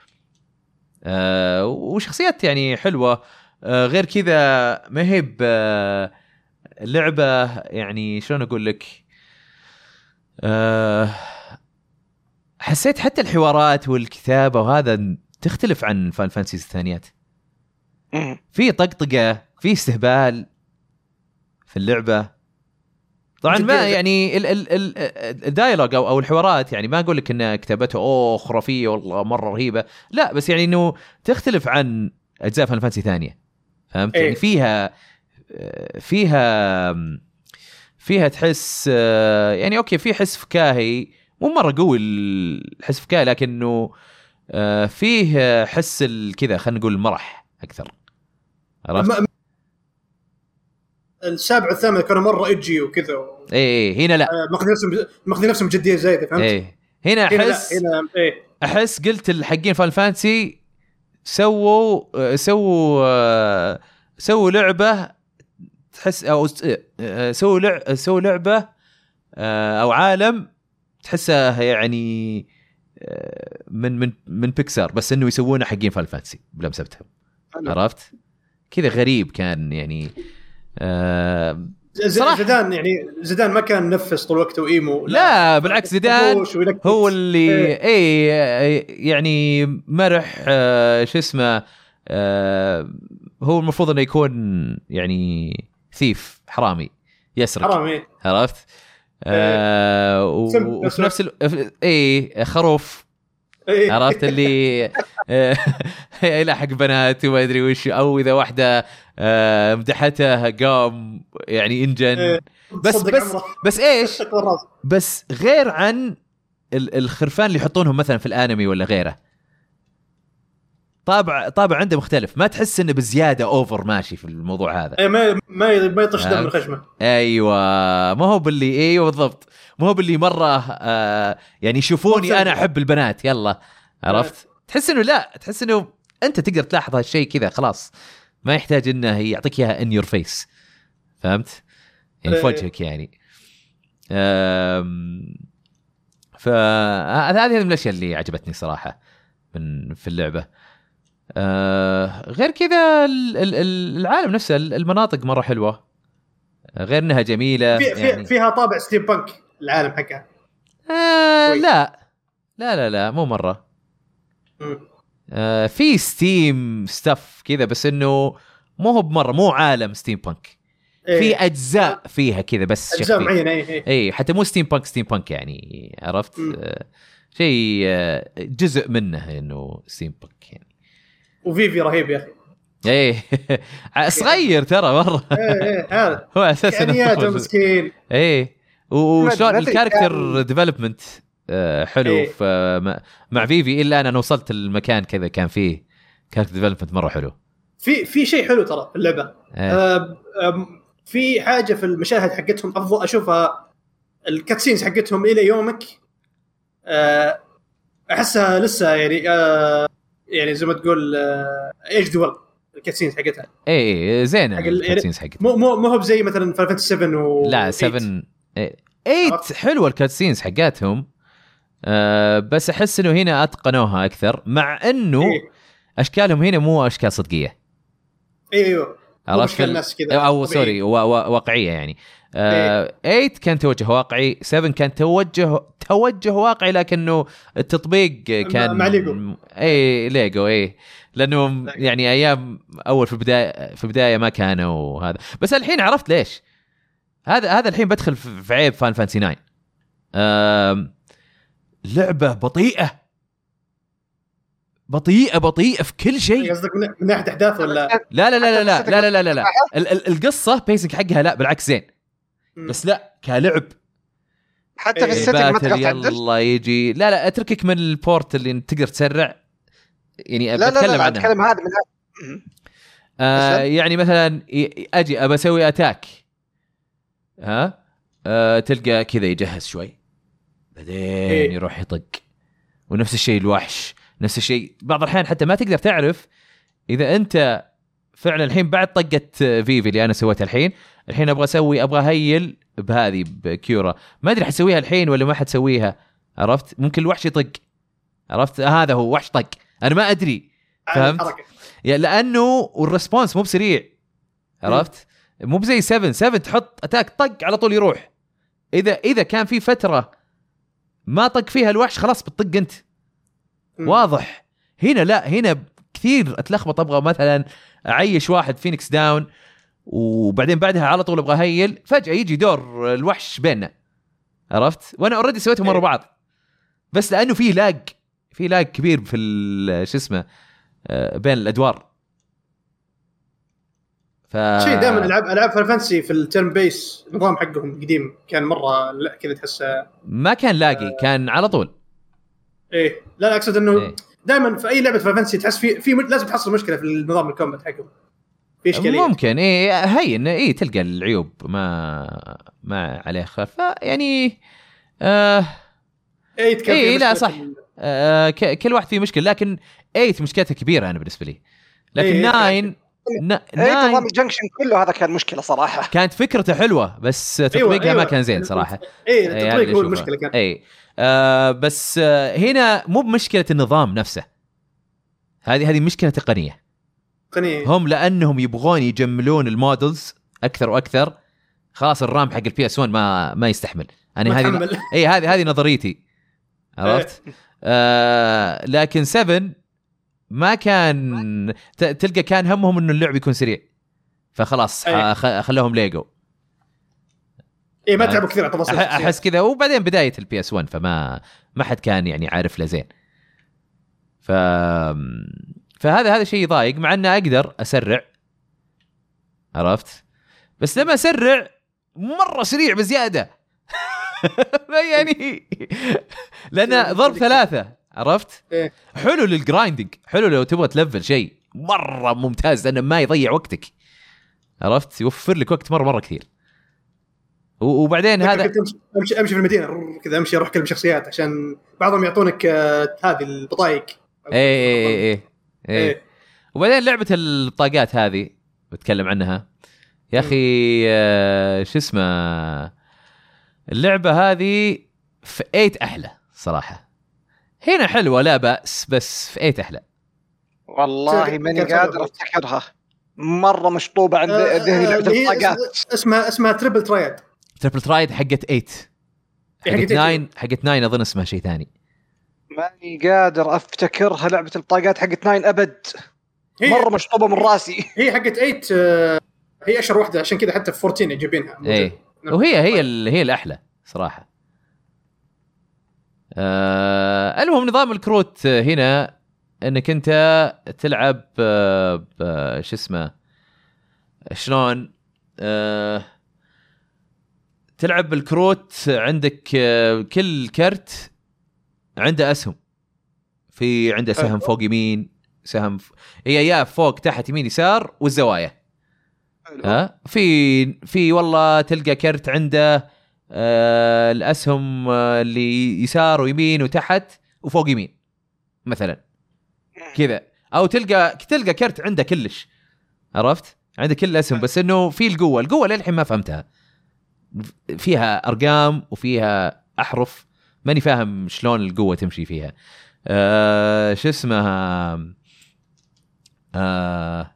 آه وشخصيات يعني حلوة. آه غير كذا ما هي آه لعبة يعني شلون أقول لك آه حسيت حتى الحوارات والكتابة وهذا تختلف عن فان فانسيز الثانيات. في طقطقة في استهبال في اللعبة. طبعا ما يعني ال ال ال الدايلوج او او الحوارات يعني ما اقول لك ان كتابته اوه خرافيه والله مره رهيبه، لا بس يعني انه تختلف عن اجزاء فان فانسي ثانيه. فهمت؟ إيه. يعني فيها فيها فيها تحس يعني اوكي في حس فكاهي مو مره قوي الحس فكاهي لكنه فيه حس كذا خلينا نقول المرح اكثر. عرفت؟ السابع والثامن كانوا مره ايجي وكذا و... ايه هنا لا ماخذين نفسهم ماخذين نفسهم جديه زايده فهمت؟ ايه هنا احس هنا, هنا ايه احس قلت الحقين فان فانسي سووا سووا سووا لعبه تحس او سووا لعبه سووا لعبه او عالم تحسها يعني من من من بيكسار بس انه يسوونه حقين فان فانسي بلمستهم. عرفت كذا غريب كان يعني آه زيدان يعني زيدان ما كان نفس طول وقته ايمو لا, لا بالعكس زيدان هو اللي اي يعني مرح آه شو اسمه آه هو المفروض انه يكون يعني ثيف حرامي يسرق حرامي عرفت آه وفي نفس ال... اي خروف عرفت اللي يلحق بنات وما ادري وش او اذا واحده مدحتها قام يعني انجن بس بس بس ايش بس غير عن الخرفان اللي يحطونهم مثلا في الانمي ولا غيره طابع طابع عنده مختلف ما تحس انه بزياده اوفر ماشي في الموضوع هذا اي ما ما ما يطش دم الخشمه ايوه ما هو باللي ايوه بالضبط ما هو باللي مره آه يعني يشوفوني انا احب البنات يلا عرفت تحس انه لا تحس انه انت تقدر تلاحظ هالشيء كذا خلاص ما يحتاج انه يعطيك اياها ان يور فيس فهمت يعني في وجهك يعني فهذه من الاشياء اللي عجبتني صراحه من في اللعبه آه غير كذا العالم نفسه المناطق مره حلوه غير انها جميله في يعني فيها طابع ستيم بانك العالم حقها آه لا لا لا لا مو مره آه في ستيم ستاف كذا بس انه مو هو بمره مو عالم ستيم بانك إيه. في اجزاء فيها كذا بس اجزاء معينه اي اي إيه. حتى مو ستيم بانك ستيم بانك يعني عرفت آه شيء آه جزء منه انه ستيم بانك يعني وفيفي رهيب يا اخي ايه صغير ترى مره ايه ايه هو اساسا يعني مسكين ايه وشلون الكاركتر ديفلوبمنت حلو إيه. مع فيفي الا انا وصلت المكان كذا كان فيه كاركتر ديفلوبمنت مره حلو في في شيء حلو ترى اللعبه إيه. آه في حاجه في المشاهد حقتهم افضل اشوفها الكاتسينز حقتهم الى يومك آه احسها لسه يعني آه يعني زي ما تقول آه ايش دول الكاتسينز حقتها ايه زين الكاتسينز حقتها مو مو مو زي مثلا فاينل سبعة و لا سبعة ثمانية حلوه الكاتسينز حقتهم أه بس احس انه هنا اتقنوها اكثر مع انه إيه؟ اشكالهم هنا مو اشكال صدقيه ايوه عرفت الناس كذا او سوري و... و... واقعيه يعني أه إيه؟ ثمانية كان توجه واقعي سبعة كان توجه توجه واقعي لكنه التطبيق كان مع ليجو اي ليجو اي لانه يعني ايام اول في البدايه في البدايه ما كانوا هذا بس الحين عرفت ليش هذا هذا الحين بدخل في عيب فان فانسي تسعة أه لعبة بطيئة بطيئة بطيئة في كل شيء قصدك من ناحية أحداث ولا لا لا لا لا لا لا لا لا لا القصة بيسك حقها لا بالعكس زين بس لا كلعب حتى في السيتنج ما تقدر تعدل الله يجي لا لا اتركك من البورت اللي تقدر تسرع يعني لا بتكلم لا لا عنها اتكلم هذا من آه يعني مثلا اجي ابى اسوي اتاك ها آه تلقى كذا يجهز شوي بعدين إيه؟ يروح يطق ونفس الشيء الوحش نفس الشيء بعض الأحيان حتى ما تقدر تعرف إذا أنت فعلا الحين بعد طقة فيفي اللي أنا سويتها الحين الحين أبغى أسوي أبغى هيل بهذه بكيورا ما أدري حسويها الحين ولا ما حتسويها عرفت ممكن الوحش يطق عرفت هذا هو وحش طق أنا ما أدري فهمت يعني لأنه الريسبونس مو بسريع عرفت مو بزي سبعة سبعة تحط أتاك طق على طول يروح إذا إذا كان في فترة ما طق فيها الوحش خلاص بتطق انت واضح هنا لا هنا كثير اتلخبط ابغى مثلا اعيش واحد فينيكس داون وبعدين بعدها على طول ابغى هيل فجأة يجي دور الوحش بيننا عرفت وانا اوريدي سويتهم مره بعض بس لانه في لاج في لاج كبير في شو اسمه بين الادوار ف شيء دائما العاب العاب فاينل فانتسي في التيرن بيس النظام حقهم قديم كان مره لا كذا تحسه ما كان لاقي آه كان على طول ايه لا اقصد انه إيه؟ دائما في اي لعبه فانتسي تحس في في لازم تحصل مشكله في النظام الكومبات حقهم، في اشكاليه ممكن ايه هي انه ايه تلقى العيوب ما ما عليه خلاف يعني آه ايه ايه لا صح آه كل واحد فيه مشكله، لكن ثمانية مشكلته كبيره انا بالنسبه لي، لكن تسعة ايه نظام الجنكشن كله هذا كان مشكله صراحه. كانت فكرته حلوه بس تطبيقها أيوة. ما كان زين صراحه. ايه التطبيق هو المشكله كان اي آه بس آه هنا مو بمشكله النظام نفسه، هذه هذه مشكله تقنيه تقنيه هم لانهم يبغون يجملون المودلز اكثر واكثر، خلاص الرام حق البي اس واحد ما ما يستحمل. انا هذه اي هذه هذه نظريتي عرفت. آه لكن سبعة ما كان تلقى كان همهم انه اللعب يكون سريع، فخلاص خلوهم ليجو ايه ما تعبوا كثير على تفاصيل احس كذا. وبعدين بدايه البي اس واحد فما ما حد كان يعني عارف له زين، ف فهذا هذا شيء ضايق، مع انه اقدر اسرع عرفت، بس لما اسرع مره سريع بزياده يعني لان ضرب ثلاثه عرفت. حلو للجرايندنج، حلو لو تبغى تلفل شيء مره ممتاز لانه ما يضيع وقتك عرفت، يوفر لك وقت مره مره كثير. وبعدين هذا امشي امشي في المدينه كذا، امشي اروح كلم شخصيات عشان بعضهم يعطونك هذه البطايق. اي اي اي اي وبعدين لعبه البطاقات هذه بتكلم عنها يا اخي. آه شو اسمه اللعبه هذه في ثمانية احلى صراحه. هنا حلوه لا باس، بس في ثمانية احلى والله ماني قادر افتكرها، مره مشطوبه عند آه ذهني لعبه البطاقات. اسمها اسمها تريبل ترايد. تريبل ترايد حقت ثمانية حقت تسعة حقت تسعة اظن اسمها شيء ثاني، ماني قادر افتكرها لعبه البطاقات حقت تسعة ابد، مره مشطوبه من راسي. هي حقت ثمانية هي اشهر واحده عشان كذا، حتى في أربعتاشر جايبينها. ايه وهي هي اللي هي الاحلى صراحه. آه المهم نظام الكروت هنا انك انت تلعب آه شو اسمه شلون آه تلعب بالكروت. عندك آه كل كرت عنده اسهم، في عنده سهم فوق يمين، سهم ف... هي يا فوق تحت يمين يسار والزوايا. ها في في والله تلقى كرت عنده آه الاسهم آه اللي يسار ويمين وتحت وفوق يمين مثلا كذا، او تلقى تلقى كرت عنده كلش عرفت، عنده كل اسهم بس انه في القوه القوه للحين ما فهمتها، فيها ارقام وفيها احرف ماني فاهم شلون القوه تمشي فيها. آه شو اسمها آه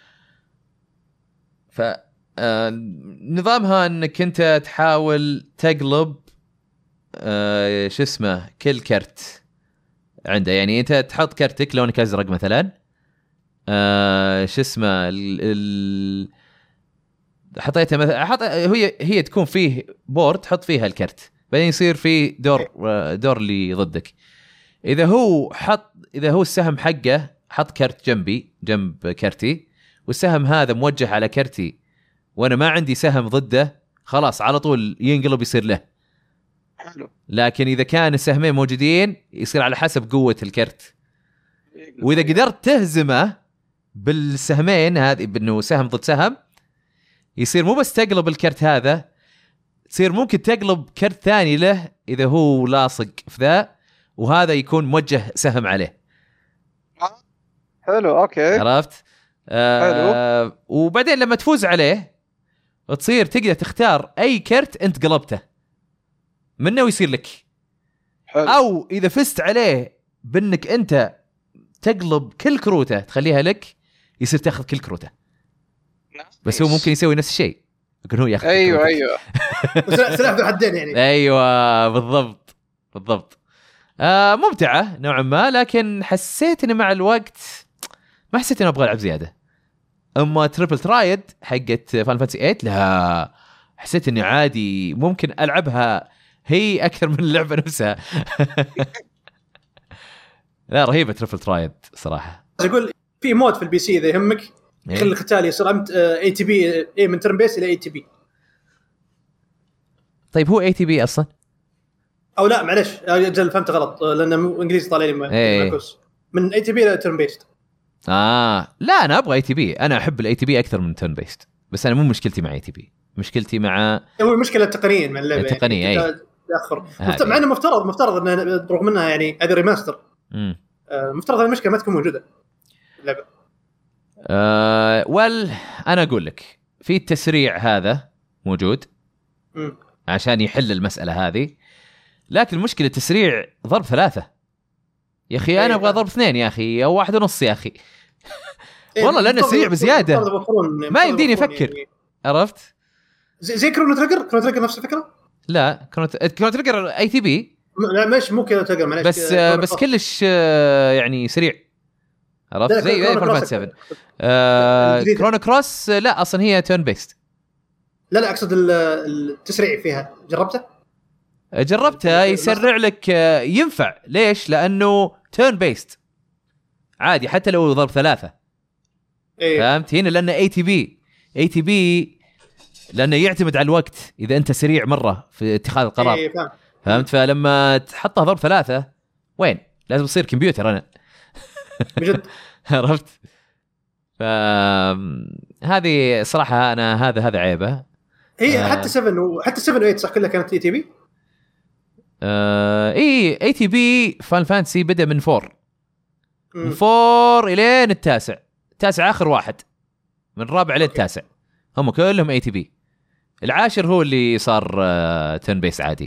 ف آه نظامها انك انت تحاول تقلب آه شو اسمه كل كرت عنده، يعني انت تحط كرتك لونك ازرق مثلا آه شو اسمه ال... ال... حطيتها مثلا حط هي هي تكون فيه بورد تحط فيها الكرت، بعدين يصير في دور دور اللي ضدك. اذا هو حط اذا هو السهم حقه حط كرت جنبي جنب كرتي والسهم هذا موجه على كرتي وانا ما عندي سهم ضده، خلاص على طول ينقلب يصير له. حلو. لكن اذا كان السهمين موجودين يصير على حسب قوه الكرت، واذا قدرت تهزمه بالسهمين هذه بانه سهم ضد سهم يصير مو بس تقلب الكرت هذا، تصير ممكن تقلب كرت ثاني له اذا هو لاصق في ذا وهذا يكون موجه سهم عليه. حلو اوكي عرفت. آه حلو. وبعدين لما تفوز عليه تصير تقدر تختار اي كرت انت قلبته منه ويصير لك. حلو. او اذا فزت عليه بانك انت تقلب كل كروته تخليها لك يصير تاخذ كل كروته، بس هو ممكن يسوي نفس الشيء لكن هو ياخذ. ايوه كروتك. ايوه سلاح ذو حدين يعني. ايوه بالضبط بالضبط. آه ممتعه نوعا ما، لكن حسيت اني مع الوقت ما حسيت اني ابغى العب زياده. اما تريبل ترايد حقت فاينل فانتسي ثمانية لا حسيت اني عادي ممكن العبها هي اكثر من اللعبه نفسها. لا رهيبه تريبل ترايد صراحه. اقول في مود في البي سي اذا يهمك يخلي القتال يصير امت اي تي بي اي من ترن بيس الى اي تي بي. طيب هو اي تي بي اصلا او لا معلش اجل فهمت غلط لان انجليزي طالع لي معكوس. من اي تي بي الى تيرن بيست. اه لا انا ابغى اي تي بي، انا احب الاي تي بي اكثر من تيرن بيست، بس انا مو مشكلتي مع اي تي بي، مشكلتي مع هو المشكله التقنيه مع اللعبه التقنيه يعني اي تاخر مع انه مفترض مفترض ان رغم انها يعني هذه ريماستر امم آه مفترض المشكله ما تكون موجوده اللعبه. آه وال انا اقول لك في التسريع هذا موجود مم. عشان يحل المساله هذه، لكن المشكله التسريع ضرب ثلاثة يا اخي، انا إيه ابغى ضرب اثنين يا اخي او واحد ونص يا اخي. إيه والله لانه سريع بزياده ما يمديني افكر يعني. عرفت زي, زي كرونو تريجر. كرونو تريجر نفس الفكره. لا كرونو كرونو تريجر اي تي بي لا مش مو كرونو تريجر معلش بس آه بس كلش آه يعني سريع عرفت زي زي فورمات سبعة. آه كرونو كروس لا اصلا هي تيرن بيست. لا لا اقصد التسريع فيها جربته جربتها يسرع لك آه ينفع ليش لانه تيرن بيست عادي حتى لو ضرب ثلاثة. إيه. فهمت هنا لانه اي تي بي اي تي بي لانه يعتمد على الوقت اذا انت سريع مره في اتخاذ القرار. إيه فهم. فهمت فلما تحطها ضرب ثلاثة وين لازم تصير كمبيوتر انا بجد عرفت. فهذه صراحه انا هذا هذا عيبه. هي آه. حتى سبعة وحتى سبعة و8 صح كلها كانت اي تي بي. آه اي اي تي بي فان فانسي بدا من فور من فور الين التاسع التاسع اخر واحد من الرابع الى التاسع هم كلهم اي تي بي. العاشر هو اللي صار آه تن بيس عادي.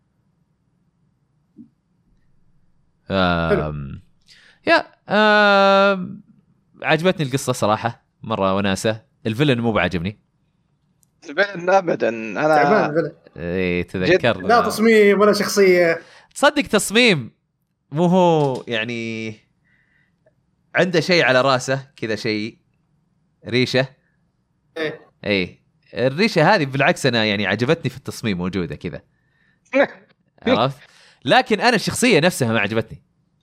آه يا آه عجبتني القصه صراحه مره وناسه. الفيلن مو بعجبني الفيلن ابدا. انا تعبان الفيلن. ايه تذكر لا تصميم ولا شخصيه. تصدق تصميم مو هو يعني عنده شيء على راسه كذا شيء ريشه. ايه ايه الريشه هذه بالعكس انا يعني عجبتني في التصميم موجوده كذا عرفت. لكن انا الشخصيه نفسها ما عجبتني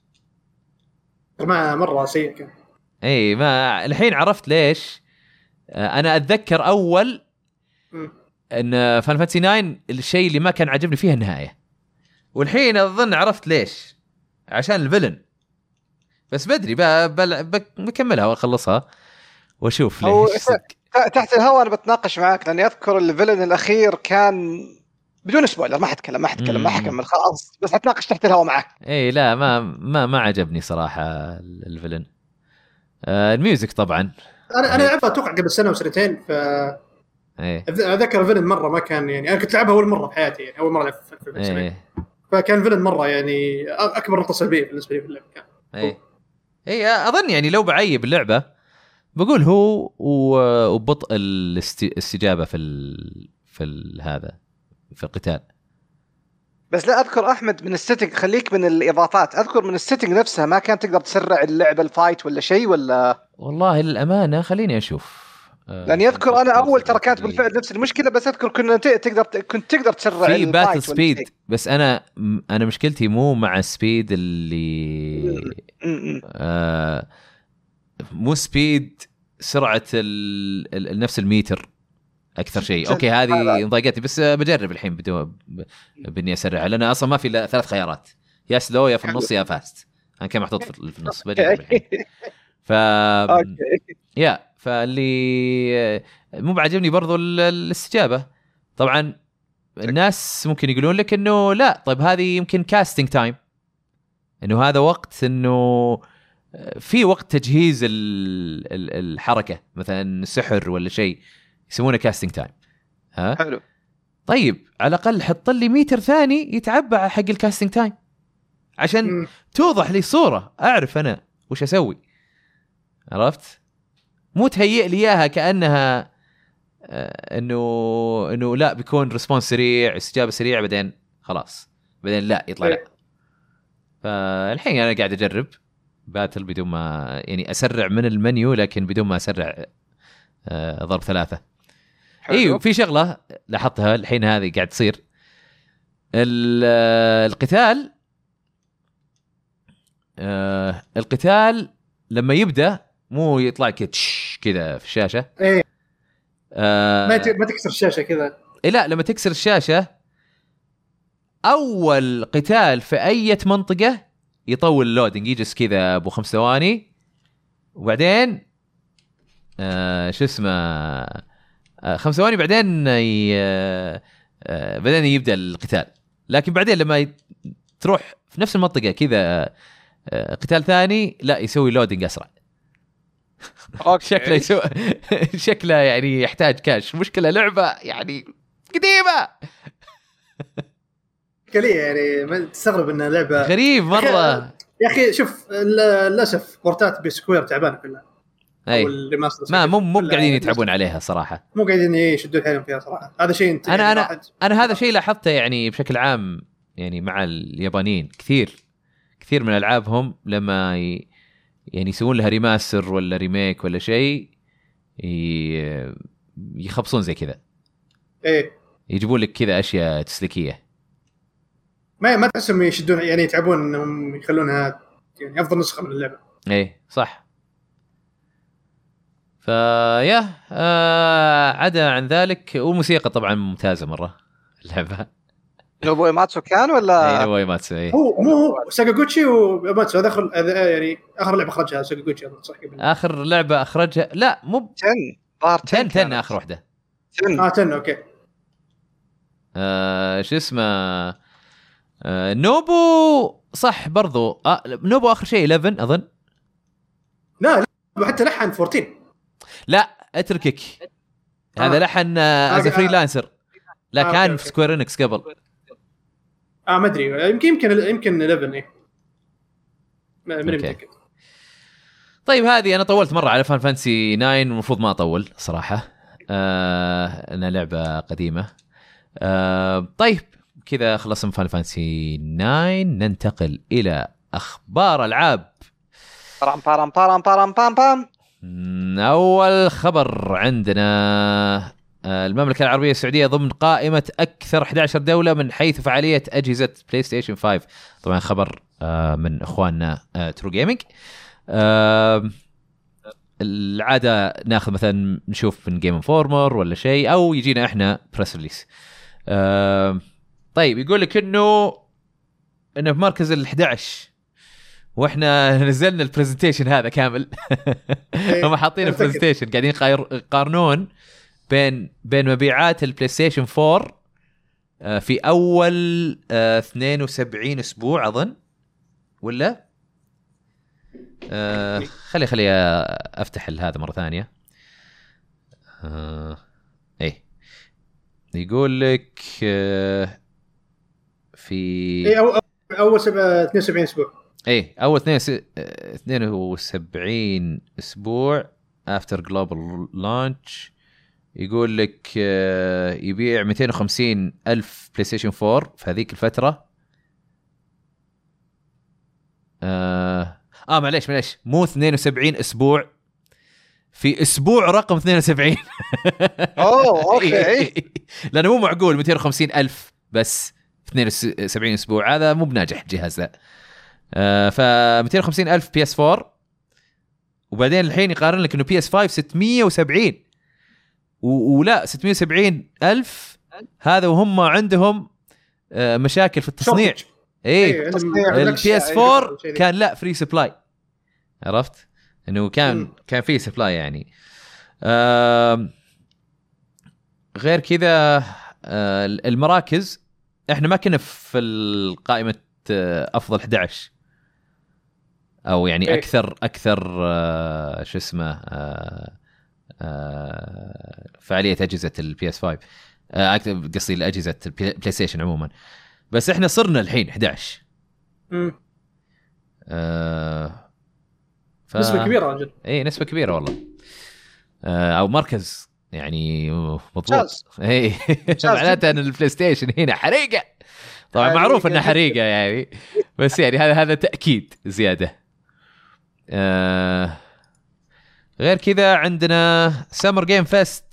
ما مره سيء كان. اي ما الحين عرفت ليش. انا اتذكر اول م. ان فان فانتسي تسعة الشيء اللي ما كان عجبني فيها النهايه، والحين اظن عرفت ليش عشان الفيلن. بس بدري بكملها واخلصها واشوف ليش. تحت الهواء انا بتناقش معاك لاني اذكر الفيلن الاخير كان بدون سبويلر ما حتكلم ما حتكلم ما حكمل خلاص بس اتناقش تحت الهواء معاك. اي لا ما ما ما عجبني صراحه الفيلن. آه الميوزك طبعا انا انا لعبتها اتوقع قبل سنه وسنتين ف ايه اذكر الفيلن مره ما كان يعني انا كنت لعبها اول مره في حياتي يعني اول مره العب في الفيلم ايه. فكان فيلن مره يعني اكبر نقطه سلبيه بالنسبه لي في اللعبه كان. ايه ايه اظن يعني لو بعيب اللعبه بقول هو وبطء الاستجابه في ال... في ال... هذا في القتال. بس لا اذكر احمد من السيتنج خليك من الاضافات اذكر من السيتنج نفسها ما كان تقدر تسرع اللعبه الفايت ولا شيء ولا والله للامانه خليني اشوف. لأن يذكر أنا أول ترى كانت بالفعل نفس المشكلة بس أذكر كنا تقدر كنت تقدر تسرع في باتل سبيد بس أنا أنا مشكلتي مو مع السبيد اللي آه مو سبيد سرعة ال... ال... نفس الميتر أكثر شيء. أوكي هذه ضايقتني بس بجرب الحين بدون بإني أسرع لأن أصلا ما في ثلاث خيارات يا سلو يا في النص يا فاست. أنا كم محطوط في النص بجرب الحين. ف يا فاللي مو بعجبني برضو الاستجابة. طبعا الناس ممكن يقولون لك انه لا طيب هذه يمكن كاستنج تايم انه هذا وقت انه في وقت تجهيز الحركة مثلا سحر ولا شيء يسمونه كاستنج تايم. ها حلو طيب على الاقل حط لي ميتر ثاني يتعبى حق الكاستنج تايم عشان م. توضح لي صورة اعرف انا وش اسوي. عرفت مو تهيئ لي اياها كانها آه انه انه لا بيكون ريسبونس سريع استجابه سريعه بعدين خلاص بعدين لا يطلع لا. فالحين انا قاعد اجرب باتل بدون ما يعني اسرع من المنيو لكن بدون ما اسرع آه ضرب ثلاثه. ايوه في شغله لاحظتها الحين هذه قاعد تصير القتال آه القتال لما يبدا مو يطلع كذا في الشاشه ايه آه ما ما تكسر الشاشه كذا. إيه لا لما تكسر الشاشه اول قتال في اي منطقه يطول اللودنج يجلس كذا ابو خمس ثواني وبعدين آه شو اسمه آه خمس ثواني بعدين ي... آه آه بعدين يبدا القتال. لكن بعدين لما ي... تروح في نفس المنطقه كذا آه قتال ثاني لا يسوي لودنج اسرع. شكله يسوي شكله يعني يحتاج كاش. مشكله لعبه يعني قديمه كليه يعني ما تستغرب انها لعبه غريب مره يا اخي. شوف للاسف بورتات بسكوير تعبانه كلها. أي. ما مو مو قاعدين يتعبون عليها صراحه. مو قاعدين يشدون حيلهم فيها صراحه. هذا شيء انا يعني انا انا هذا شيء لاحظته يعني بشكل عام يعني مع اليابانيين كثير كثير من العابهم لما ي... يعني يسوون لها ريماستر ولا ريميك ولا شيء ي... يخبصون زي كذا. ايه يجيبون لك كذا اشياء تسليكيه. ما ما تحسهم يشدون يعني يتعبون انهم يخلونها يعني افضل نسخه من اللعبه. ايه صح. فيا آه عدا عن ذلك والموسيقى طبعا ممتازه مره اللعبه. نوبو ايماتسو كان ولا اي نوبو ايماتسو ايه. هو مو ساكاغوتشي وايماتسو هذا اخر يعني اخر لعبه اخرجها ساكاغوتشي صح قبل. اخر لعبه اخرجها لا مو تن ظهر تن تن اخر واحده تن اه تن اوكي. آه شو اسمه آه نوبو صح برضو آه نوبو اخر شيء إحدى عشر اظن. لا لا حتى لحن أربعة عشر. لا اتركك هذا آه. لحن از فريلانسر لا آه كان أوكي. في سكوير انكس قبل. اه ما ادري يمكن يمكن يمكن إحدى عشر ايه ما ماني متاكد. طيب هذه انا طولت مره على فان فانسي تسعة والمفروض ما اطول صراحه. آه انها لعبه قديمه. آه طيب كذا خلصنا فان فانسي تسعة. ننتقل الى اخبار العاب. بارام بارام بارام بارام بام بام. اول خبر عندنا المملكة العربية السعودية ضمن قائمة أكثر إحدى عشرة دولة من حيث فعالية أجهزة بلاي ستيشن خمسة. طبعا خبر من إخواننا ترو جيمينج. العادة ناخذ مثلا نشوف من جيم انفورمر ولا شيء أو يجينا إحنا بريس ريليس. طيب يقول لك إنه إنه في مركز الإحدى عشر واحنا نزلنا البرزنتيشن هذا كامل. هم حاطين البرزنتيشن قاعدين يقارنون بين بين مبيعات البلاي ستيشن أربعة في اول اثنين وسبعين اسبوع اظن ولا آه خلي خلي افتح هذا مره ثانيه. آه ايه يقول لك آه في اي أو اول اثنين وسبعين اسبوع. ايه اول اثنين وسبعين اسبوع افتر جلوبال لانش. يقول لك يبيع مئتين وخمسين ألف بلاي ستيشن أربعة في هذيك الفترة. آه, آه معليش معليش مو اثنين وسبعين أسبوع في أسبوع رقم اثنين وسبعين. أوه أوكي. لأنه مو معقول مئتين وخمسين ألف بس اثنين وسبعين أسبوع هذا مو بناجح جهاز ذا. آه ف مئتين وخمسين ألف بي اس أربعة وبعدين الحين يقارن لك إنه بي اس خمسة ستمية وسبعين ولا ستمية وسبعين ألف هذا وهم عندهم مشاكل في التصنيع. ايه البي اس أربعة كان لا فري سبلاي. عرفت انه كان م. كان فيه سبلاي يعني. آه غير كذا آه المراكز احنا ما كنا في القائمة افضل إحدى عشر او يعني إيه. اكثر اكثر آه شو اسمه آه آه فعالية أجهزة البي اس خمسة. آه قصدي الأجهزة البلاي ستيشن عموما. بس إحنا صرنا الحين إحدى عشر. امم آه ف... نسبة كبيرة رجل. إيه نسبة كبيرة والله. آه أو مركز يعني مضبوط. إيه معناته أن البلاي ستيشن هنا حريقة. طبعا معروف أنها حريقة يعني بس يعني هذا هذا تأكيد زيادة. آه غير كذا عندنا سمر جيم فيست.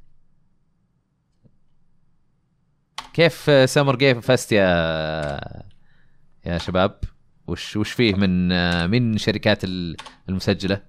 كيف سمر جيم فيست يا يا شباب؟ وش وش فيه من من شركات المسجله؟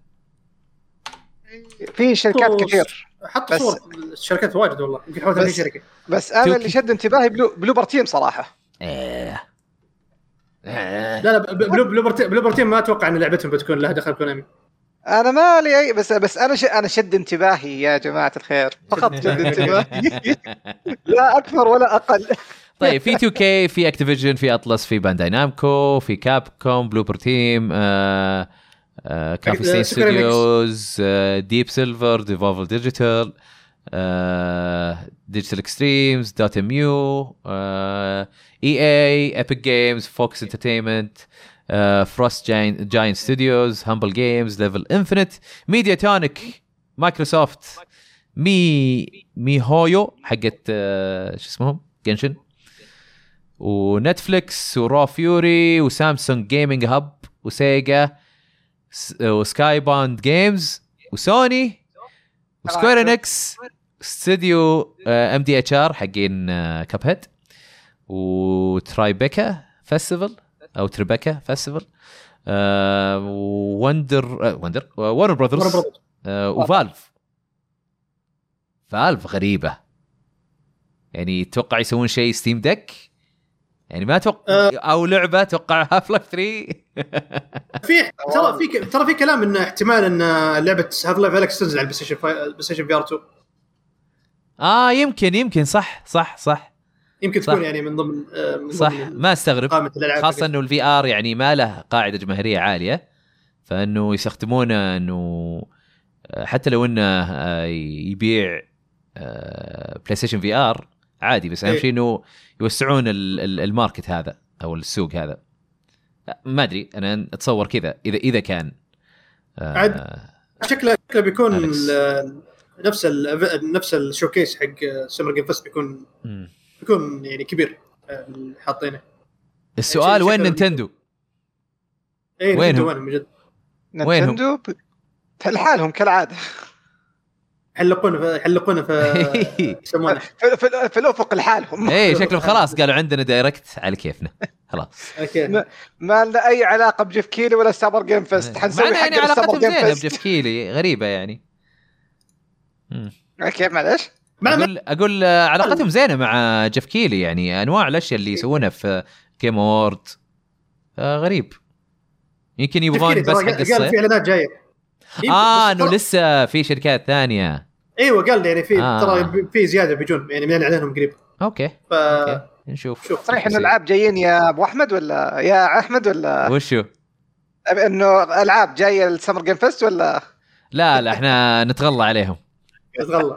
في شركات كثير حط صور الشركات واجد والله يمكن حوالي ثلاثين شركه. بس انا اللي شد انتباهي بلو بلوبر تيم صراحه. ايه لا لا بلوبر تيم ما اتوقع ان لعبتهم بتكون لها دخل كونامي. انا مالي اي بس بس انا ش... انا شد انتباهي يا جماعه الخير فقط شد انتباهي لا اكثر ولا اقل. طيب في تو كي في اكتيفيجن في اطلس في بانداي نامكو في كابكوم بلوبر تيم آه آه كافي ستين ستوديوز آه ديب سيلفر ديفولفر ديجيتال ديجيتال اكستريمز دوت ام يو اي اي ايبك جيمز فوكس انترتينمنت فروست جاينت ستوديوز همبل جيمز ليفل انفينيت ميديا تونيك مايكروسوفت مي مي هويو حقت آه شو اسمهم جنشن ونتفليكس ورو فيوري وسامسونج جيمنج هاب وسيجا وسكاي باند جيمز وسوني وسكوير انكس استوديو ام دي اتش ار حقين كاب هيد وترايبيكا فيستيفال او تريبيكا فيستيفال وندر وندر وارنر براذرز وفالف فالف غريبه يعني توقع يسوون شيء ستيم ديك يعني ما توقع او لعبه توقع هاف لايف ثري في ترى في ترى في كلام ان احتمال ان لعبه هاف لايف أليكس تنزل على البلاي ستيشن في ار تو. اه يمكن يمكن صح صح صح يمكن صح. تكون يعني من ضمن, من ضمن صح ما استغرب خاصه انه الفي ار يعني ما له قاعده جماهيريه عاليه فانه يستخدمونه انه حتى لو انه يبيع بلاي ستيشن في ار عادي بس اهم شيء انه يوسعون الماركت هذا او السوق هذا. ما ادري انا اتصور كذا اذا اذا كان عاد شكله بيكون نفس نفس الشوكيس حق سمر جيم فيست بيكون م. بيكون يعني كبير حاطينه. السؤال وين نينتندو؟ ايه نينتندو وين بجد؟ نينتندو لحالهم كالعاده حلقونا حلقونا في يسمونه في, في, في الافق لحالهم. ايه شكلهم خلاص قالوا عندنا دايركت على كيفنا خلاص ما, ما لنا اي علاقه بجيف كيلي ولا سابر جيم فيست حنسوي حق يعني علاقتهم زينه بجيف كيلي غريبه يعني. اوكي معلش اقول اقول علاقتهم زينه مع جيف كيلي يعني انواع الاشياء اللي يسوونها في جيم وورد آه غريب يمكن يبغون بس حق الصيف. قال في اعلانات جايه اه انه لسه في شركات ثانيه. ايوه قال يعني في آه. ترى في زياده بيجون يعني من اعلانهم قريب. اوكي ف... اوكي نشوف صحيح انه العاب جايين يا ابو احمد ولا يا احمد ولا وشو انه العاب جايه السمر جيم فيست ولا لا لا احنا نتغلى عليهم نتغلى.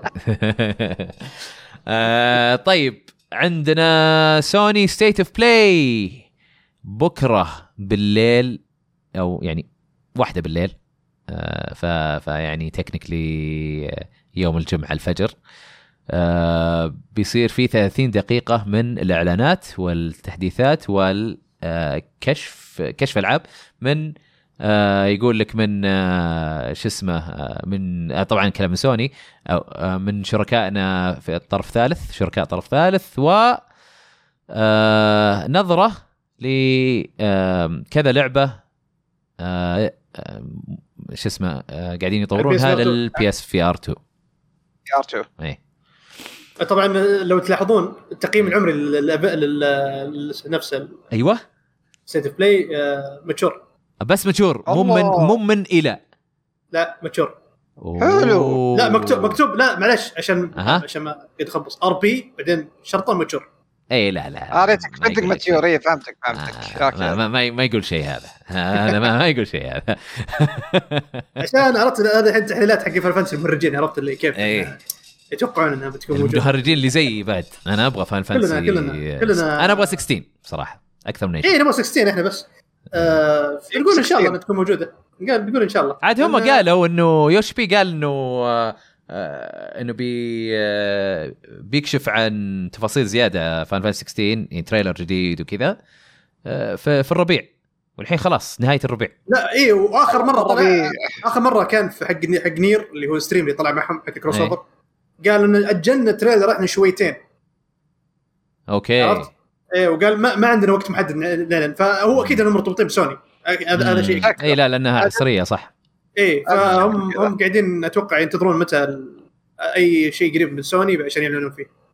آه طيب عندنا سوني ستيت اوف بلاي بكره بالليل او يعني واحدة بالليل آه ف فيعني تكنيكلي يوم الجمعة الفجر آه بيصير في ثلاثين دقيقة من الإعلانات والتحديثات والكشف كشف ألعاب من آه يقول لك من آه شو اسمه آه من آه طبعا كلام من سوني أو آه من شركائنا في الطرف الثالث شركاء طرف ثالث و آه نظرة لكذا لعبة آه آه شو اسمه آه قاعدين يطورونها للبي اس في ار تو في ار تو اي طبعا لو تلاحظون التقييم العمري لنفس ايوه ستيت اوف بلاي ماتشور بس ماتشور مو من مو من الى لا ماتشور حلو لا مكتوب مكتوب لا معلش عشان أه. عشان ما يتخبص ار بي بعدين شرطه ماتشور اي لا لا قريتك فهمتك ماتشوريه فهمتك فهمتك آه ما, ما ما يقول شيء هذا هذا ما, ما يقول شيء هذا عشان عرفت هذا الحين تحليلات حق فان فانتسي المهرجين عرفت اللي كيف أيه. يتوقعون انها بتكون موجوده المهرجين اللي زي بعد انا ابغى فان فانتسي كلنا كلنا, كلنا انا ابغى ستة عشر بصراحه اكثر من اي نبغى ستة عشر احنا بس آه نقول ان شاء الله انها تكون موجوده قال بيقول ان شاء الله عاد هم قالوا انه يوشبي قال انه آه آه انه بي آه بيكشف عن تفاصيل زياده فان فانتسي ستة عشر يعني تريلر جديد وكذا آه في, في الربيع والحين خلاص نهايه الربيع. لا ايه واخر مره طلع اخر مره كان في حق حق نير اللي هو ستريم اللي طلع معهم حق كروس اوفر قال ان اجلنا تريلر احنا شويتين اوكي عرفت ايه وقال ما, ما عندنا وقت محدد نعلن فهو اكيد انهم مرتبطين بسوني هذا هذا شيء اي لا لانها حصريه صح ايه فهم هم قاعدين اتوقع ينتظرون متى اي شيء قريب من سوني عشان يعلنون فيه.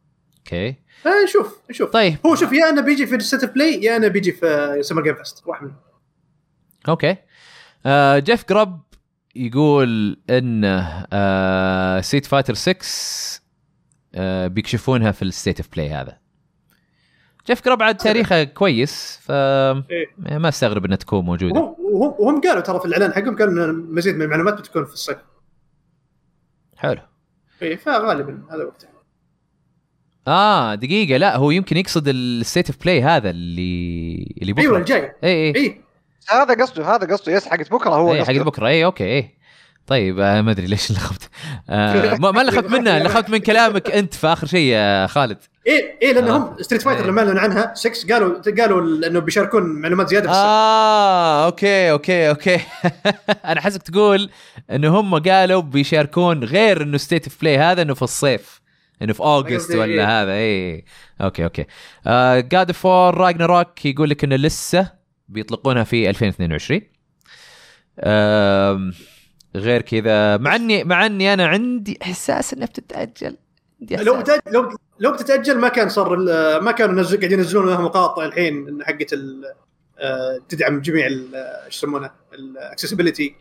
اوكي نشوف نشوف طيب هو شوف يا انا بيجي في ستيت اوف بلاي يا انا بيجي في سمر جيم فيست واحد منهم. اوكي آه جيف جراب يقول ان آه سيت فايتر ستة آه بيكشفونها في الستيت اوف بلاي هذا. جيف جراب عاد تاريخه كويس ف ما استغرب انها تكون موجوده. وهم وهم قالوا ترى في الاعلان حقهم قالوا ان مزيد من المعلومات بتكون في الصيف. حلو اي فغالبا هذا وقته. اه دقيقه لا هو يمكن يقصد الستيت اوف بلاي هذا اللي اللي بكره. ايوه الجاي اي اي, أي. هذا قصده هذا قصده يس حقت بكره هو قصده حقت بكره اي اوكي اي طيب آه ما ادري ليش لخبت آه ما لخبت منه لخبت من كلامك انت في اخر شيء يا خالد. ايه ايه لانهم ستريت فايتر لما اعلنوا عنها ستة قالوا قالوا انه بيشاركون معلومات زياده في الصيف. اه اوكي اوكي اوكي انا حسك تقول انه هم قالوا بيشاركون غير انه ستيت اوف بلاي هذا انه في الصيف انه في اوغست ولا إيه. هذا اي اوكي اوكي جاد فور راجناروك يقول لك انه لسه بيطلقونها في ألفين واثنين وعشرين. آه غير كذا مع اني مع اني انا عندي احساس انها بتتاجل. لو بتأجل لو لو بتتاجل ما كان صار ما كانوا نزل قاعدين ينزلون لها مقاطع الحين حقه تدعم جميع ايش يسمونه الاكسسبيليتي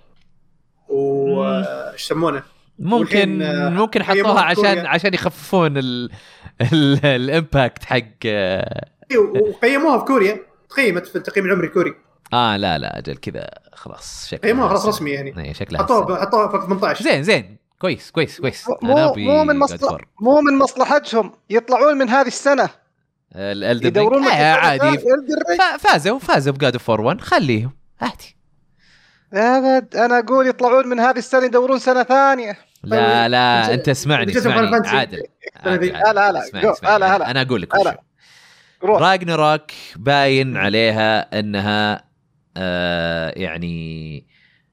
وايش يسمونه ممكن ممكن حطوها عشان عشان يخففون الامباكت حق وقيموها في كوريا قيمت في التقييم العمري الكوري. اه لا لا اجل كذا خلاص شكلها قيموها خلاص رسمي يعني اي شكلها حطوها حطوها في ثمانية عشر. زين زين كويس كويس كويس مو مو من مصلحة مو من مصلحتهم يطلعون من هذه السنه يدورون عادي فازوا فازوا بجاد فور واحد خليهم عادي. ابد انا اقول يطلعون من هذه السنه يدورون سنه ثانيه. لا لا انت اسمعني اسمعني عادل لا لا لا لا انا اقول لك راجناروك باين عليها انها آه يعني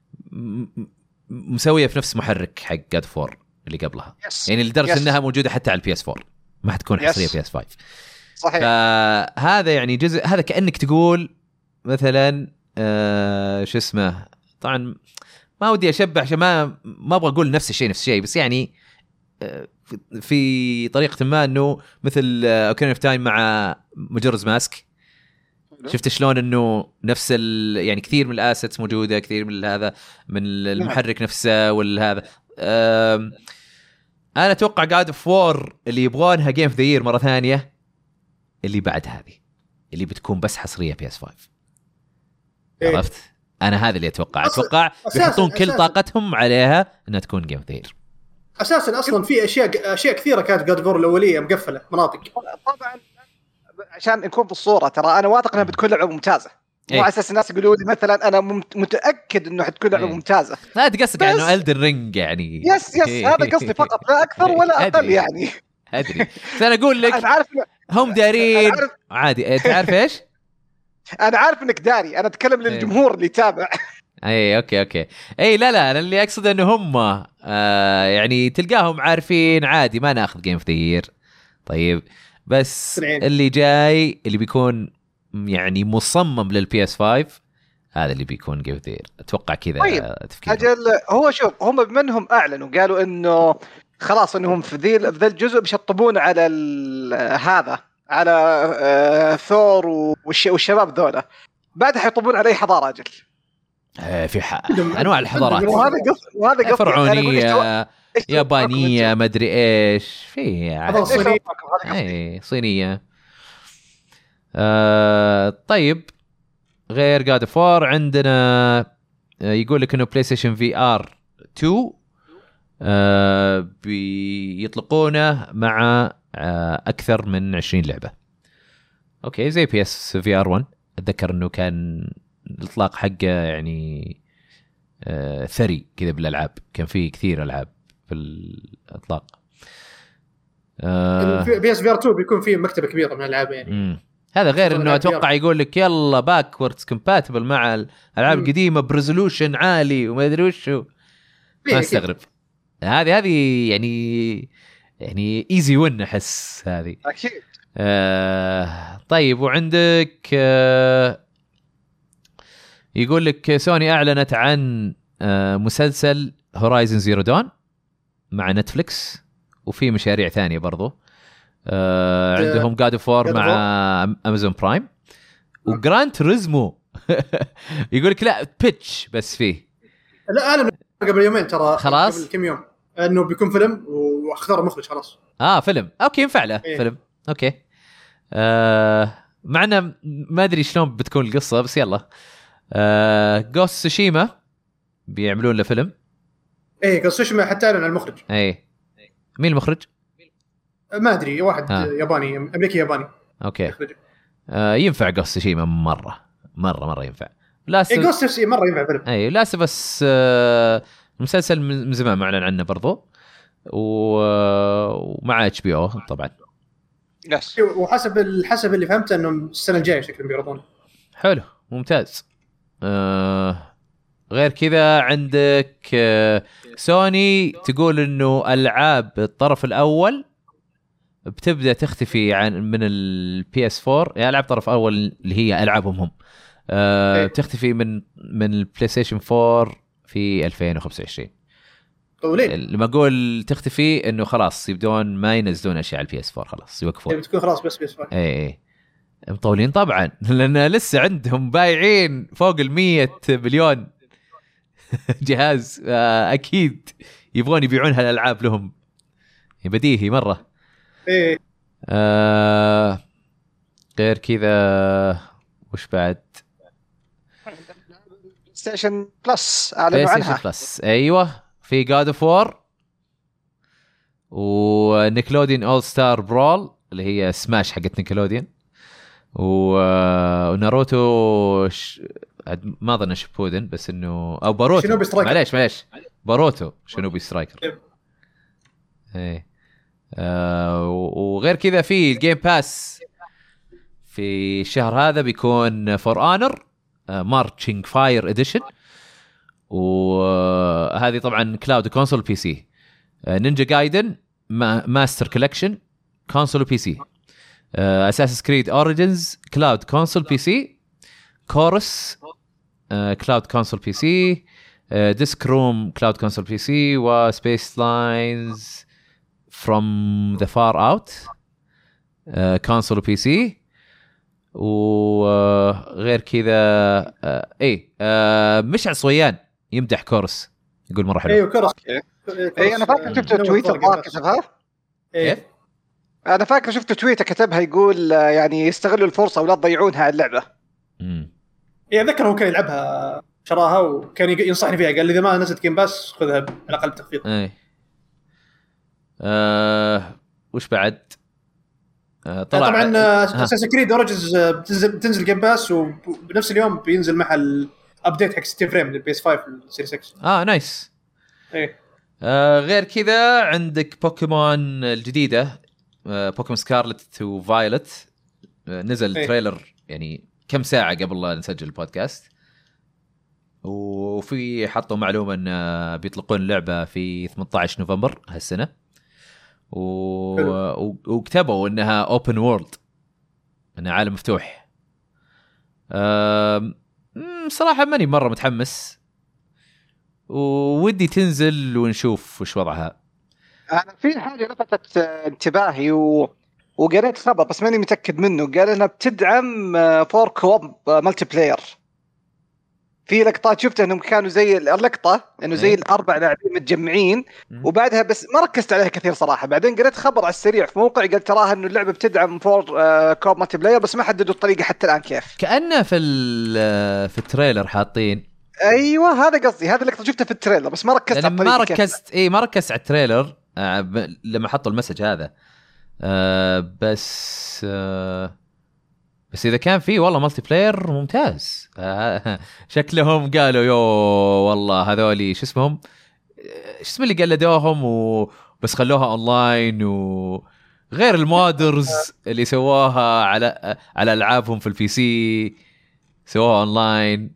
مسويه في نفس محرك حق جاد فور اللي قبلها yes. يعني لدرجه yes. انها موجوده حتى على البي اس فور ما حتكون حصريه yes. بي اس فايف صحيح. فهذا يعني جزء هذا كانك تقول مثلا آه شو اسمه طبعا ما ودي اشبه عشان ما ما ابغى اقول نفس الشيء نفس الشيء بس يعني آه في طريقه ما انه مثل اوكرين اوف تايم مع مجرز ماسك شفت شلون انه نفس يعني كثير من الاسيتس موجوده كثير من هذا من المحرك نفسه والهذا انا اتوقع قاعد فور اللي يبغونها جيم اوف ذا يير مره ثانيه اللي بعد هذه اللي بتكون بس حصريه بي اس فايف إيه؟ عرفت انا هذا اللي اتوقع اتوقع بيحطون كل طاقتهم عليها انها تكون جيم اوف ذا يير. اساسا اصلا في اشياء اشياء كثيره كانت جاد فور الاوليه مقفله مناطق طبعا عشان نكون في الصوره ترى انا واثق انها بتكون لعبه ممتازه مو على اساس الناس يقولوا لي مثلا انا متاكد انه حتكون لعبه ممتازه. لا تقصد انه إلدن رينج يعني يس يس هذا قصدي فقط لا اكثر ولا اقل يعني ادري بس انا اقول لك انا عارف هم دارين عادي تعرف ايش انا عارف انك داري انا اتكلم للجمهور اللي يتابع. اي اوكي اوكي اي لا لا انا اللي اقصد انه هم آه يعني تلقاهم عارفين عادي ما ناخذ جيم اوف ذا يير طيب بس اللي جاي اللي بيكون يعني مصمم للبي اس فايف هذا اللي بيكون جيم اوف ذا يير اتوقع كذا طيب. تفكير اجل هو شوف هم منهم اعلنوا قالوا انه خلاص انهم في ذي ذا الجزء بيشطبون على هذا على آه ثور والشباب ذولا بعدها حيطبون على اي حضاره اجل في ح... انواع الحضارات وهذا قصد وهذا قصد فرعونيه يابانيه ما ادري ايش في صينيه اي صينيه آه طيب غير جاد فور عندنا يقول لك انه بلاي ستيشن في ار تو آه بيطلقونه مع آه اكثر من عشرين لعبه. اوكي زي بي اس في ار واحد اتذكر انه كان الاطلاق حقه يعني آه ثري كذا بالالعاب كان فيه كثير العاب في الاطلاق. آه بي اس في ار تو بيكون فيه مكتبه كبيره من الالعاب يعني مم. هذا غير انه اتوقع يقول لك يلا باكوردز كومباتبل مع الالعاب القديمه بريزولوشن عالي وما ادري وش ما استغرب. هذه هذه يعني يعني ايزي ون احس هذه اكيد. آه طيب وعندك آه يقول لك سوني اعلنت عن آه مسلسل هورايزن زيرو دون مع نتفليكس وفي مشاريع ثانيه برضو آه عندهم جاد اوف وور مع امازون برايم. وجراند توريزمو يقول لك لا بيتش بس فيه. لا انا قبل يومين ترى خلاص قبل كم يوم انه بيكون فيلم واختار مخرج خلاص. اه فيلم اوكي ينفع له إيه. فيلم اوكي. آه معنا ما ادري شلون بتكون القصه بس يلا. آه جوست سوشيما بيعملون له فيلم. ايه جوست سوشيما حتى اعلن عن المخرج. اي مين المخرج؟ ما ادري واحد آه. ياباني امريكي ياباني. اوكي آه ينفع جوست سوشيما مره مره مره ينفع. لا ايه جوست سوشيما مره ينفع فيلم. اي لا بس آه المسلسل من زمان معلن عنه برضو ومع اتش بي او طبعا. يس وحسب حسب اللي فهمته انه السنه الجايه شكلهم بيعرضونه. حلو ممتاز. آه غير كذا عندك آه سوني تقول انه العاب الطرف الاول بتبدا تختفي عن من البي اس فور. يعني العاب طرف اول اللي هي العابهم هم آه بتختفي من من البلاي ستيشن فور في ألفين وخمسة وعشرين. طولين لما اقول تختفي انه خلاص يبدون ما ينزلون اشياء على البي اس فور خلاص يوقفون. بتكون خلاص بس بي اس فور. اي اي مطولين طبعا لان لسه عندهم بايعين فوق المية مليون جهاز. اكيد يبغون يبيعون هالالعاب لهم بديهي مره. ايه آه غير كذا وش بعد؟ ستيشن بلس اعلنوا عنها. بلس ايوه في جاد اوف وور ونيكلوديان اول ستار برول اللي هي سماش حقت نيكلوديان وناروتو ش... ما اظن شيبودن بس انه او باروتو معليش معليش باروتو شنوبي سترايكر. ايه آه وغير كذا في الجيم باس في الشهر هذا بيكون فور اونر مارتشينج فاير اديشن. وهذه طبعا كلاود كونسول بي سي. نينجا جايدن ماستر كولكشن كونسول بي سي. اساسس كريد اوريجينز كلاود كونسول بي سي. كورس كلاود كونسول بي سي. ديسك روم كلاود كونسول بي سي. وسبيس لاينز فروم ذا فار اوت كونسول بي سي. وغير كذا اي مشعل صويان يمدح كورس يقول مره حلو. ايوه كورس. اي انا فاكر شفت تويتر ضاق كتبها. ايه انا فاكر شفت تويتر كتبها يقول يعني يستغلوا الفرصه ولا تضيعونها اللعبه. امم اي اتذكر هو كان يلعبها شراها وكان ينصحني فيها قال لي اذا ما نزلت جيم باس خذها على الاقل بتخفيض. اي آه وش بعد؟ آه طلع طبعا اساس كريد اوريجنز بتنزل بتنزل جيم باس وبنفس اليوم بينزل مع الابديت حق ستين فريم للبي اس خمسة والسيري ستة. اه نايس. ايه آه غير كذا عندك بوكيمون الجديده آه بوكيمون سكارلت وفايلت آه نزل إيه. تريلر يعني كم ساعه قبل لا نسجل البودكاست. وفي حطوا معلومه ان بيطلقون اللعبه في ثمانية عشر نوفمبر هالسنه. و... وكتبوا انها اوبن وورلد انها عالم مفتوح. أم... صراحه ماني مره متحمس وودي تنزل ونشوف وش وضعها. انا في حاجه لفتت انتباهي و... وقريت خبر بس ماني متاكد منه. قال انها بتدعم فور كوب مالتي بلاير. في لقطات شفتها انهم كانوا زي اللقطه انه زي الاربع لاعبين متجمعين وبعدها بس ما ركزت عليها كثير صراحه. بعدين قريت خبر على السريع في موقع قال تراها انه اللعبه بتدعم فور كوب مالتي بلاير بس ما حددوا الطريقه حتى الان كيف. كانه في في التريلر حاطين. ايوه هذا قصدي هذا اللقطه شفتها في التريلر بس ما ركزت على الطريقه. ما ركزت اي ما ركزت على التريلر آه ب... لما حطوا المسج هذا آه بس آه بس إذا كان فيه والله مالتي بلاير ممتاز. آه شكلهم قالوا يو والله هذولي شو اسمهم شو اسم اللي قلدوهم وبس خلوها أونلاين وغير المودرز اللي سواها على على ألعابهم في البي سي سواها أونلاين.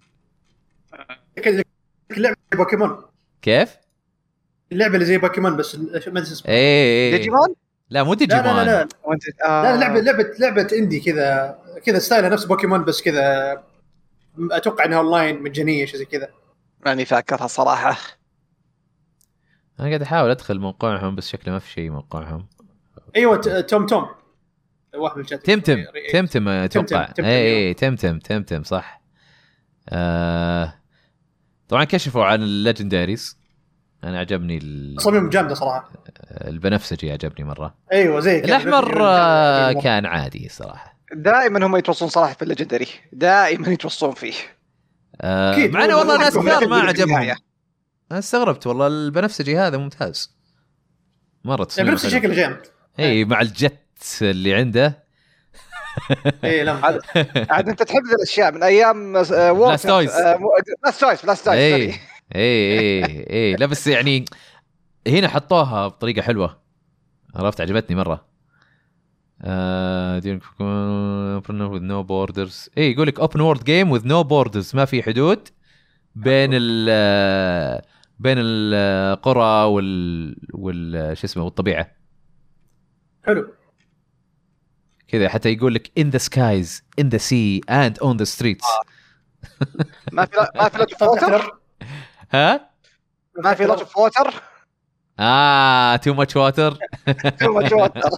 لعبة بوكيمون كيف؟ اللعبة اللي زي بوكيمون بس ما اسمها إيه ديجيمون. لا مو ديجيمون. لا لا لا آه. لا لعبة لعبة لعبة اندي كذا كذا ستايلها نفس بوكيمون بس كذا اتوقع انها اونلاين مجانيه شيء زي كذا. ماني فاكرها صراحه. انا قاعد احاول ادخل موقعهم بس شكله ما في شيء موقعهم. ايوه توم توم واحد من الشات تمتم تمتم اتوقع اي تمتم تمتم صح. آه طبعا كشفوا عن الليجنداريز، انا عجبني تصميم جامده صراحه. البنفسجي عجبني مره. ايوه زي الاحمر كان عادي صراحه. دائما هم يتوصون صراحه في الليجندري، دائما يتوصون فيه. آه مع انه والله ناس كثار ما عجبهم. انا استغربت والله البنفسجي هذا ممتاز مره تصميم بنفس الشكل جامد. اي مع الجت اللي عنده. اي لا عاد انت تحب الاشياء من ايام لاست تويز لاست تويز لاست تويز اي اي اي اي لا بس يعني هنا حطوها بطريقه حلوه عرفت عجبتني مره. آه with no borders اي يقول لك open world game with no borders ما في حدود بين ال بين القرى وال وال شو اسمه والطبيعه. حلو كذا حتى يقول لك in the skies in the sea and on the streets. ما في ما في لوج ووتر. ها ما في لوج ووتر. اه too much water. too much water.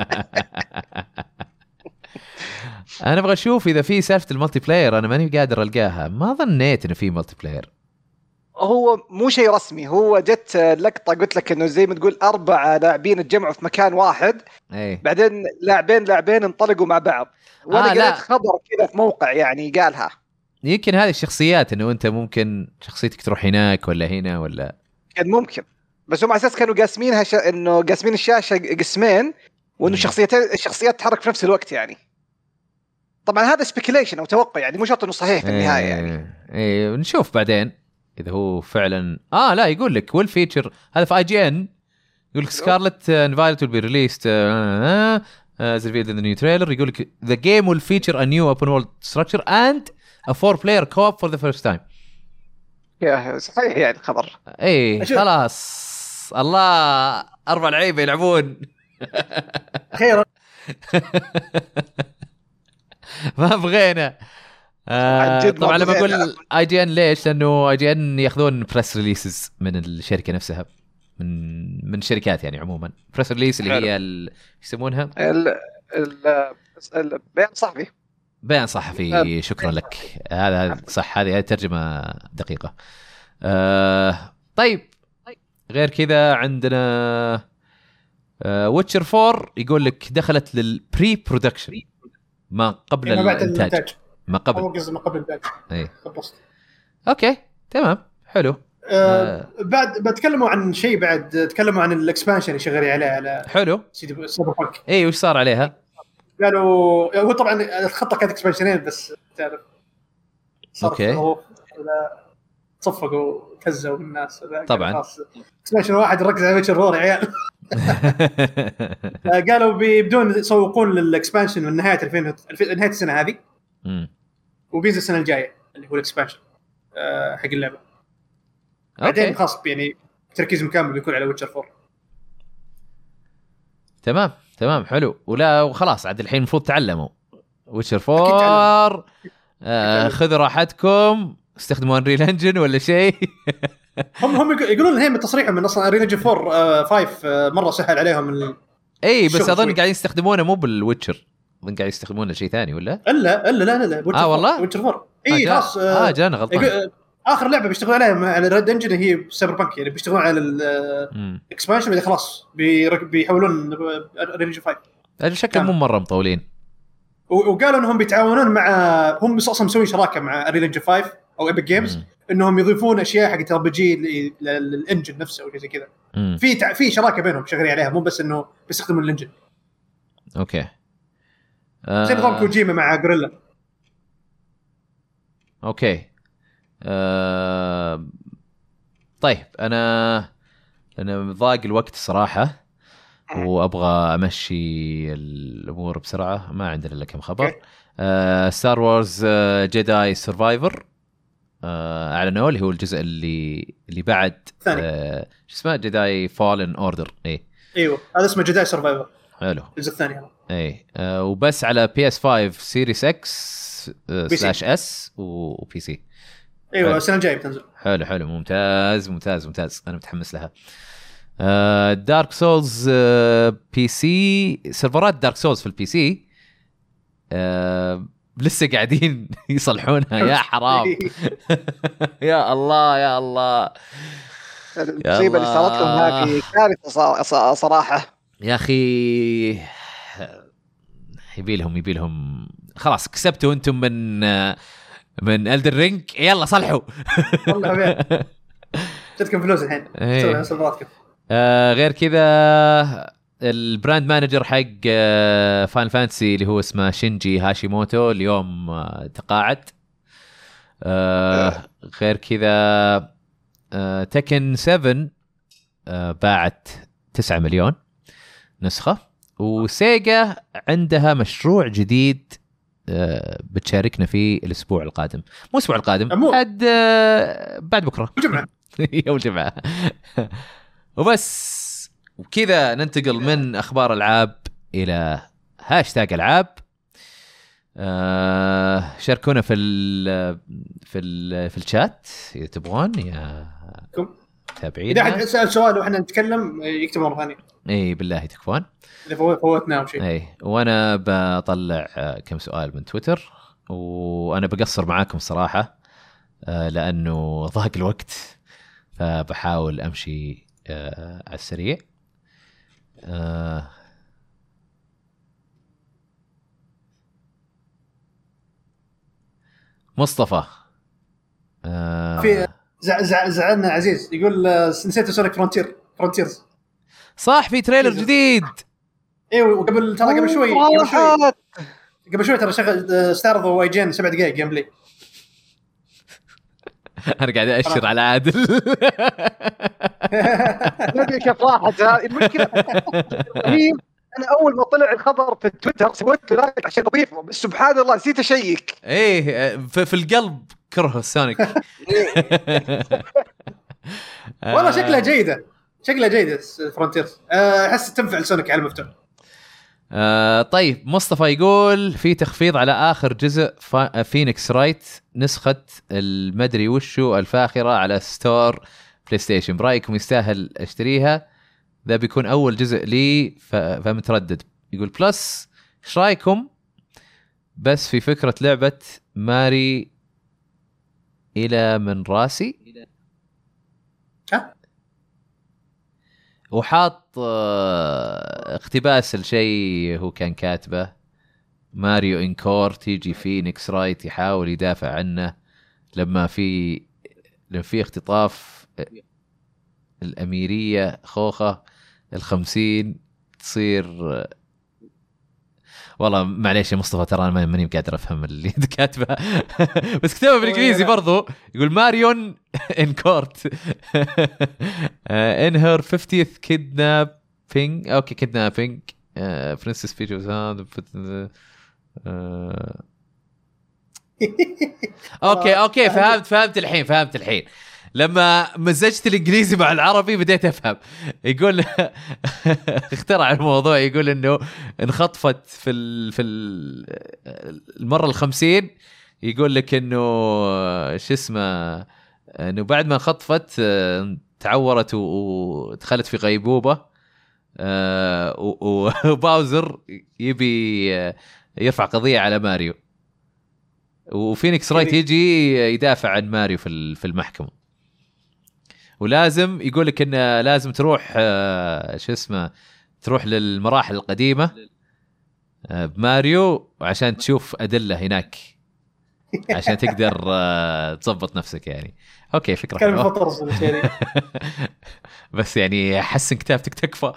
انا ابغى اشوف اذا في سالفه الملتي بلاير، انا ماني قادر القاها، ما ظنيت انه في ملتي بلاير. هو مو شيء رسمي، هو جت لقطه قلت لك انه زي ما تقول اربع لاعبين اتجمعوا في مكان واحد. أي. بعدين لاعبين لاعبين انطلقوا مع بعض. وانا آه قريت خبر كذا في موقع يعني قالها يمكن هذه الشخصيات انه انت ممكن شخصيتك تروح هناك ولا هنا ولا كان ممكن، بس هم على اساس كانوا قاسمينها ش... انه قاسمين الشاشه قسمين وانه شخصيتين الشخصيات تحرك في نفس الوقت يعني. طبعا هذا سبيكيليشن او توقع يعني مو شرط انه صحيح في النهايه يعني. ايه نشوف بعدين اذا هو فعلا. اه لا يقول لك ويل فيتشر هذا في اي جي ان يقول لك سكارلت اند فايلت ويل بي ريليست از ريفيلد ان ذا نيو تريلر. يقول لك ذا جيم ويل فيتشر ا نيو اوبن وورلد ستراكشر اند ا فور بلاير كوب فور ذا فيرست تايم. يا صحيح يعني الخبر. ايه خلاص الله اربع لعيبه يلعبون خير. ما بغينا. آه طبعا لما اقول اي جي ان ليش؟ لانه اي جي ان ياخذون بريس ريليسز من الشركه نفسها، من من الشركات يعني عموما. بريس ريليس اللي هي ايش يسمونها؟ ال ال البيان صحفي. بيان صحفي. شكرا لك. هذا صح، هذه ترجمه دقيقه. آه طيب غير كذا عندنا ويتشر فور يقول لك دخلت للبري برودكشن ما قبل الانتاج. ما قبل هو قصدي ما قبل الانتاج. اي خلصت. اوكي تمام حلو. آه آه بعد بتكلموا عن شيء، بعد تكلموا عن الاكسبانشن اللي شغالين عليه على حلو سايبر بانك. اي وش صار عليها؟ قالوا هو طبعا الخطه كانت اكسبانشنين بس تعرف اوكي صفقوا كزوا بالناس طبعا. اكسبانشن واحد ركز على ويتشر فور يا عيال. قالوا بيبدون يسوقون للاكسبانشن من نهايه ألفين نهايه السنه هذه وبينزل السنه الجايه اللي هو الاكسبانشن أه حق اللعبه. بعدين خاص يعني تركيز مكمل بيكون على ويتشر فور. تمام تمام حلو. ولا وخلاص عاد الحين المفروض تعلموا ويتشر فور. آه خذوا راحتكم استخدموا انريل انجن ولا شيء. هم هم يقولون هي من تصريحهم من اصلا انريل انجن فور آه فايف آه مره سهل عليهم ال... اي بس اظن قاعدين يستخدمونه مو بالويتشر، اظن قاعد يستخدمونه شيء ثاني ولا الا الا لا لا لا اه والله ويتشر فور اي خلاص. اه جانا غلطان. اخر لعبه بيشتغلون عليها على ريد انجن هي سايبر بانك، يعني بيشتغلون على الاكسبانشن بعد خلاص بيحولون انريل فايف. هذا شكله مو مره مطولين. وقالوا انهم بيتعاونون مع هم اصلا مسوين شراكه مع انريل انجن فايف او ايبك جيمز انهم يضيفون اشياء حق ار بي جي للانجن نفسه او شيء زي كذا. في تع... في شراكه بينهم شغالين عليها، مو بس انه بيستخدمون الانجن. اوكي آه... زي نظام كوجيما مع غوريلا. اوكي آه... طيب انا انا ضاق الوقت صراحه وابغى امشي الامور بسرعه، ما عندنا الا كم خبر. ستار وورز جيداي سرفايفر اعلنوا اللي هو الجزء اللي اللي بعد آه شو اسمه جيداي فالن اوردر. اي ايوه هذا اسمه جيداي سرفايفر. حلو الجزء الثاني. اي آه وبس على بي اس خمسة سيريس اكس سلاش اس وبي سي. ايوه السنه الجايه بتنزل. حلو حلو ممتاز ممتاز ممتاز انا متحمس لها. دارك سولز بي سي، سيرفرات دارك سولز في البي سي آه لسه قاعدين يصلحونها يا حرام. يا الله يا الله المصيبة اللي صارت لهم هذه كارثة صراحة يا أخي. يبيلهم يبيلهم خلاص كسبتوا أنتم من من ألدر رينج، يلا صلحوا. والله جتكم فلوس الحين تسوي سيرفراتكم. آه غير كذا البراند مانجر حق آه فاين فانسي اللي هو اسمه شينجي هاشيموتو اليوم آه تقاعد. آه غير كذا آه تكن سبعة آه باعت تسعة مليون نسخة. وسيجا عندها مشروع جديد آه بتشاركنا فيه الأسبوع القادم، مو الأسبوع القادم بعد آه بعد بكرة الجمعة. يوم الجمعة. وبس وكذا ننتقل من أخبار ألعاب إلى هاشتاج ألعاب. آه شاركونا في ال في ال في الشات إذا تبغون يا تابعين. إذا أحد سأل سؤال وإحنا نتكلم يكتب مرة ثانية. إيه بالله تكفون. إذا فوتنا أو شيء. إيه وأنا بطلع كم سؤال من تويتر، وأنا بقصر معاكم صراحة آه لأنه ضاق الوقت، فبحاول أمشي آه على السريع. آه مصطفى آه في زع زع زعلنا عزيز يقول نسيت اسولك فرونتير فرونتيرز صح في تريلر جديد. ايوه وقبل ترى قبل شوي قبل شوي قبل شوي ترى شغل استعرضوا واي جين سبع دقائق جيم بلاي. انا قاعد اشر على عادل. نبي كيف راحت المشكله. انا اول ما طلع الخبر في تويتر سويت له لايك عشان اضيفه، بس سبحان الله نسيت اشيك. ايه في, في القلب كره سونيك. والله شكلها جيده شكلها جيده فرونتيرز، احس تنفع لسونيك على المفتوح. آه طيب مصطفى يقول في تخفيض على آخر جزء فينيكس رايت نسخة المدري وشو الفاخرة على ستور بلاي ستيشن، برأيكم يستاهل اشتريها؟ ذا بيكون أول جزء لي فمتردد. يقول بلس ايش رأيكم بس في فكرة لعبة ماري إلى من راسي ها وحاط اقتباس الشيء هو كان كاتبه ماريو إنكور تيجي فينيكس رايت يحاول يدافع عنه لما في لما في اختطاف الأميرية خوخة الخمسين تصير. والله معليش يا مصطفى ترى أنا ماني قادر أفهم اللي كاتبه بس كتبه بالإنجليزي برضو. يقول ماريون إنكورت in her fiftieth kidnapping أوكي kidnapping princess Peach was أوكي أوكي فهمت فهمت الحين فهمت الحين لما مزجت الانجليزي مع العربي بديت افهم. يقول اخترع الموضوع، يقول انه انخطفت في ال في ال المره الخمسين. يقول لك انه شو اسمه انه بعد ما انخطفت تعورت ودخلت في غيبوبه وباوزر يبي يرفع قضيه على ماريو وفينيكس رايت يجي يدافع عن ماريو في في المحكمه. ولازم يقول لك انه لازم تروح شو اسمه تروح للمراحل القديمه بماريو عشان تشوف ادله هناك عشان تقدر تضبط نفسك يعني. اوكي فكره كان فطرس يعني بس يعني حسن كتابتك تكفى.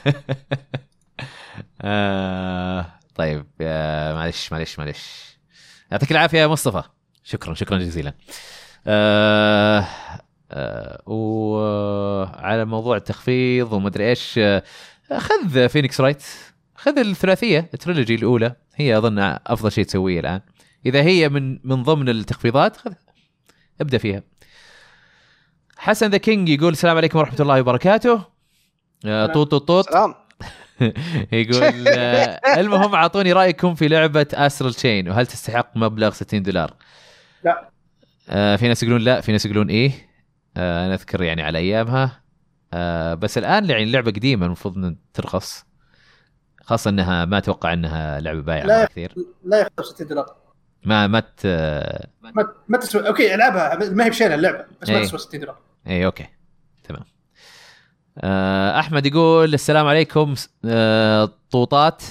آه طيب معلش معلش معلش يعطيك العافيه يا مصطفى، شكرا شكرا جزيلا. آه آه وعلى موضوع التخفيض وما ادري ايش، خذ فينيكس رايت، خذ الثلاثيه التريلوجي الاولى، هي اظن افضل شيء تسويه الان اذا هي من من ضمن التخفيضات، خذ ابدا فيها. حسن ذا كينج يقول السلام عليكم ورحمه الله وبركاته. آه طوط طوط طوط سلام. يقول آه المهم اعطوني رايكم في لعبه استرال تشين وهل تستحق مبلغ ستين دولار؟ لا. آه في ناس يقولون لا، في ناس يقولون ايه. آه انا اذكر يعني على ايامها آه بس الان يعني اللعبه قديمه المفروض ان ترخص، خاصه انها ما اتوقع انها لعبه بايعه كثير. لا يخسر ستين دولار. ما ما ت... ما ما تسوى. اوكي العبها ما هي بشينه اللعبه بس ما تسوى ستين دولار. اي اوكي تمام. آه احمد يقول السلام عليكم آه طوطات.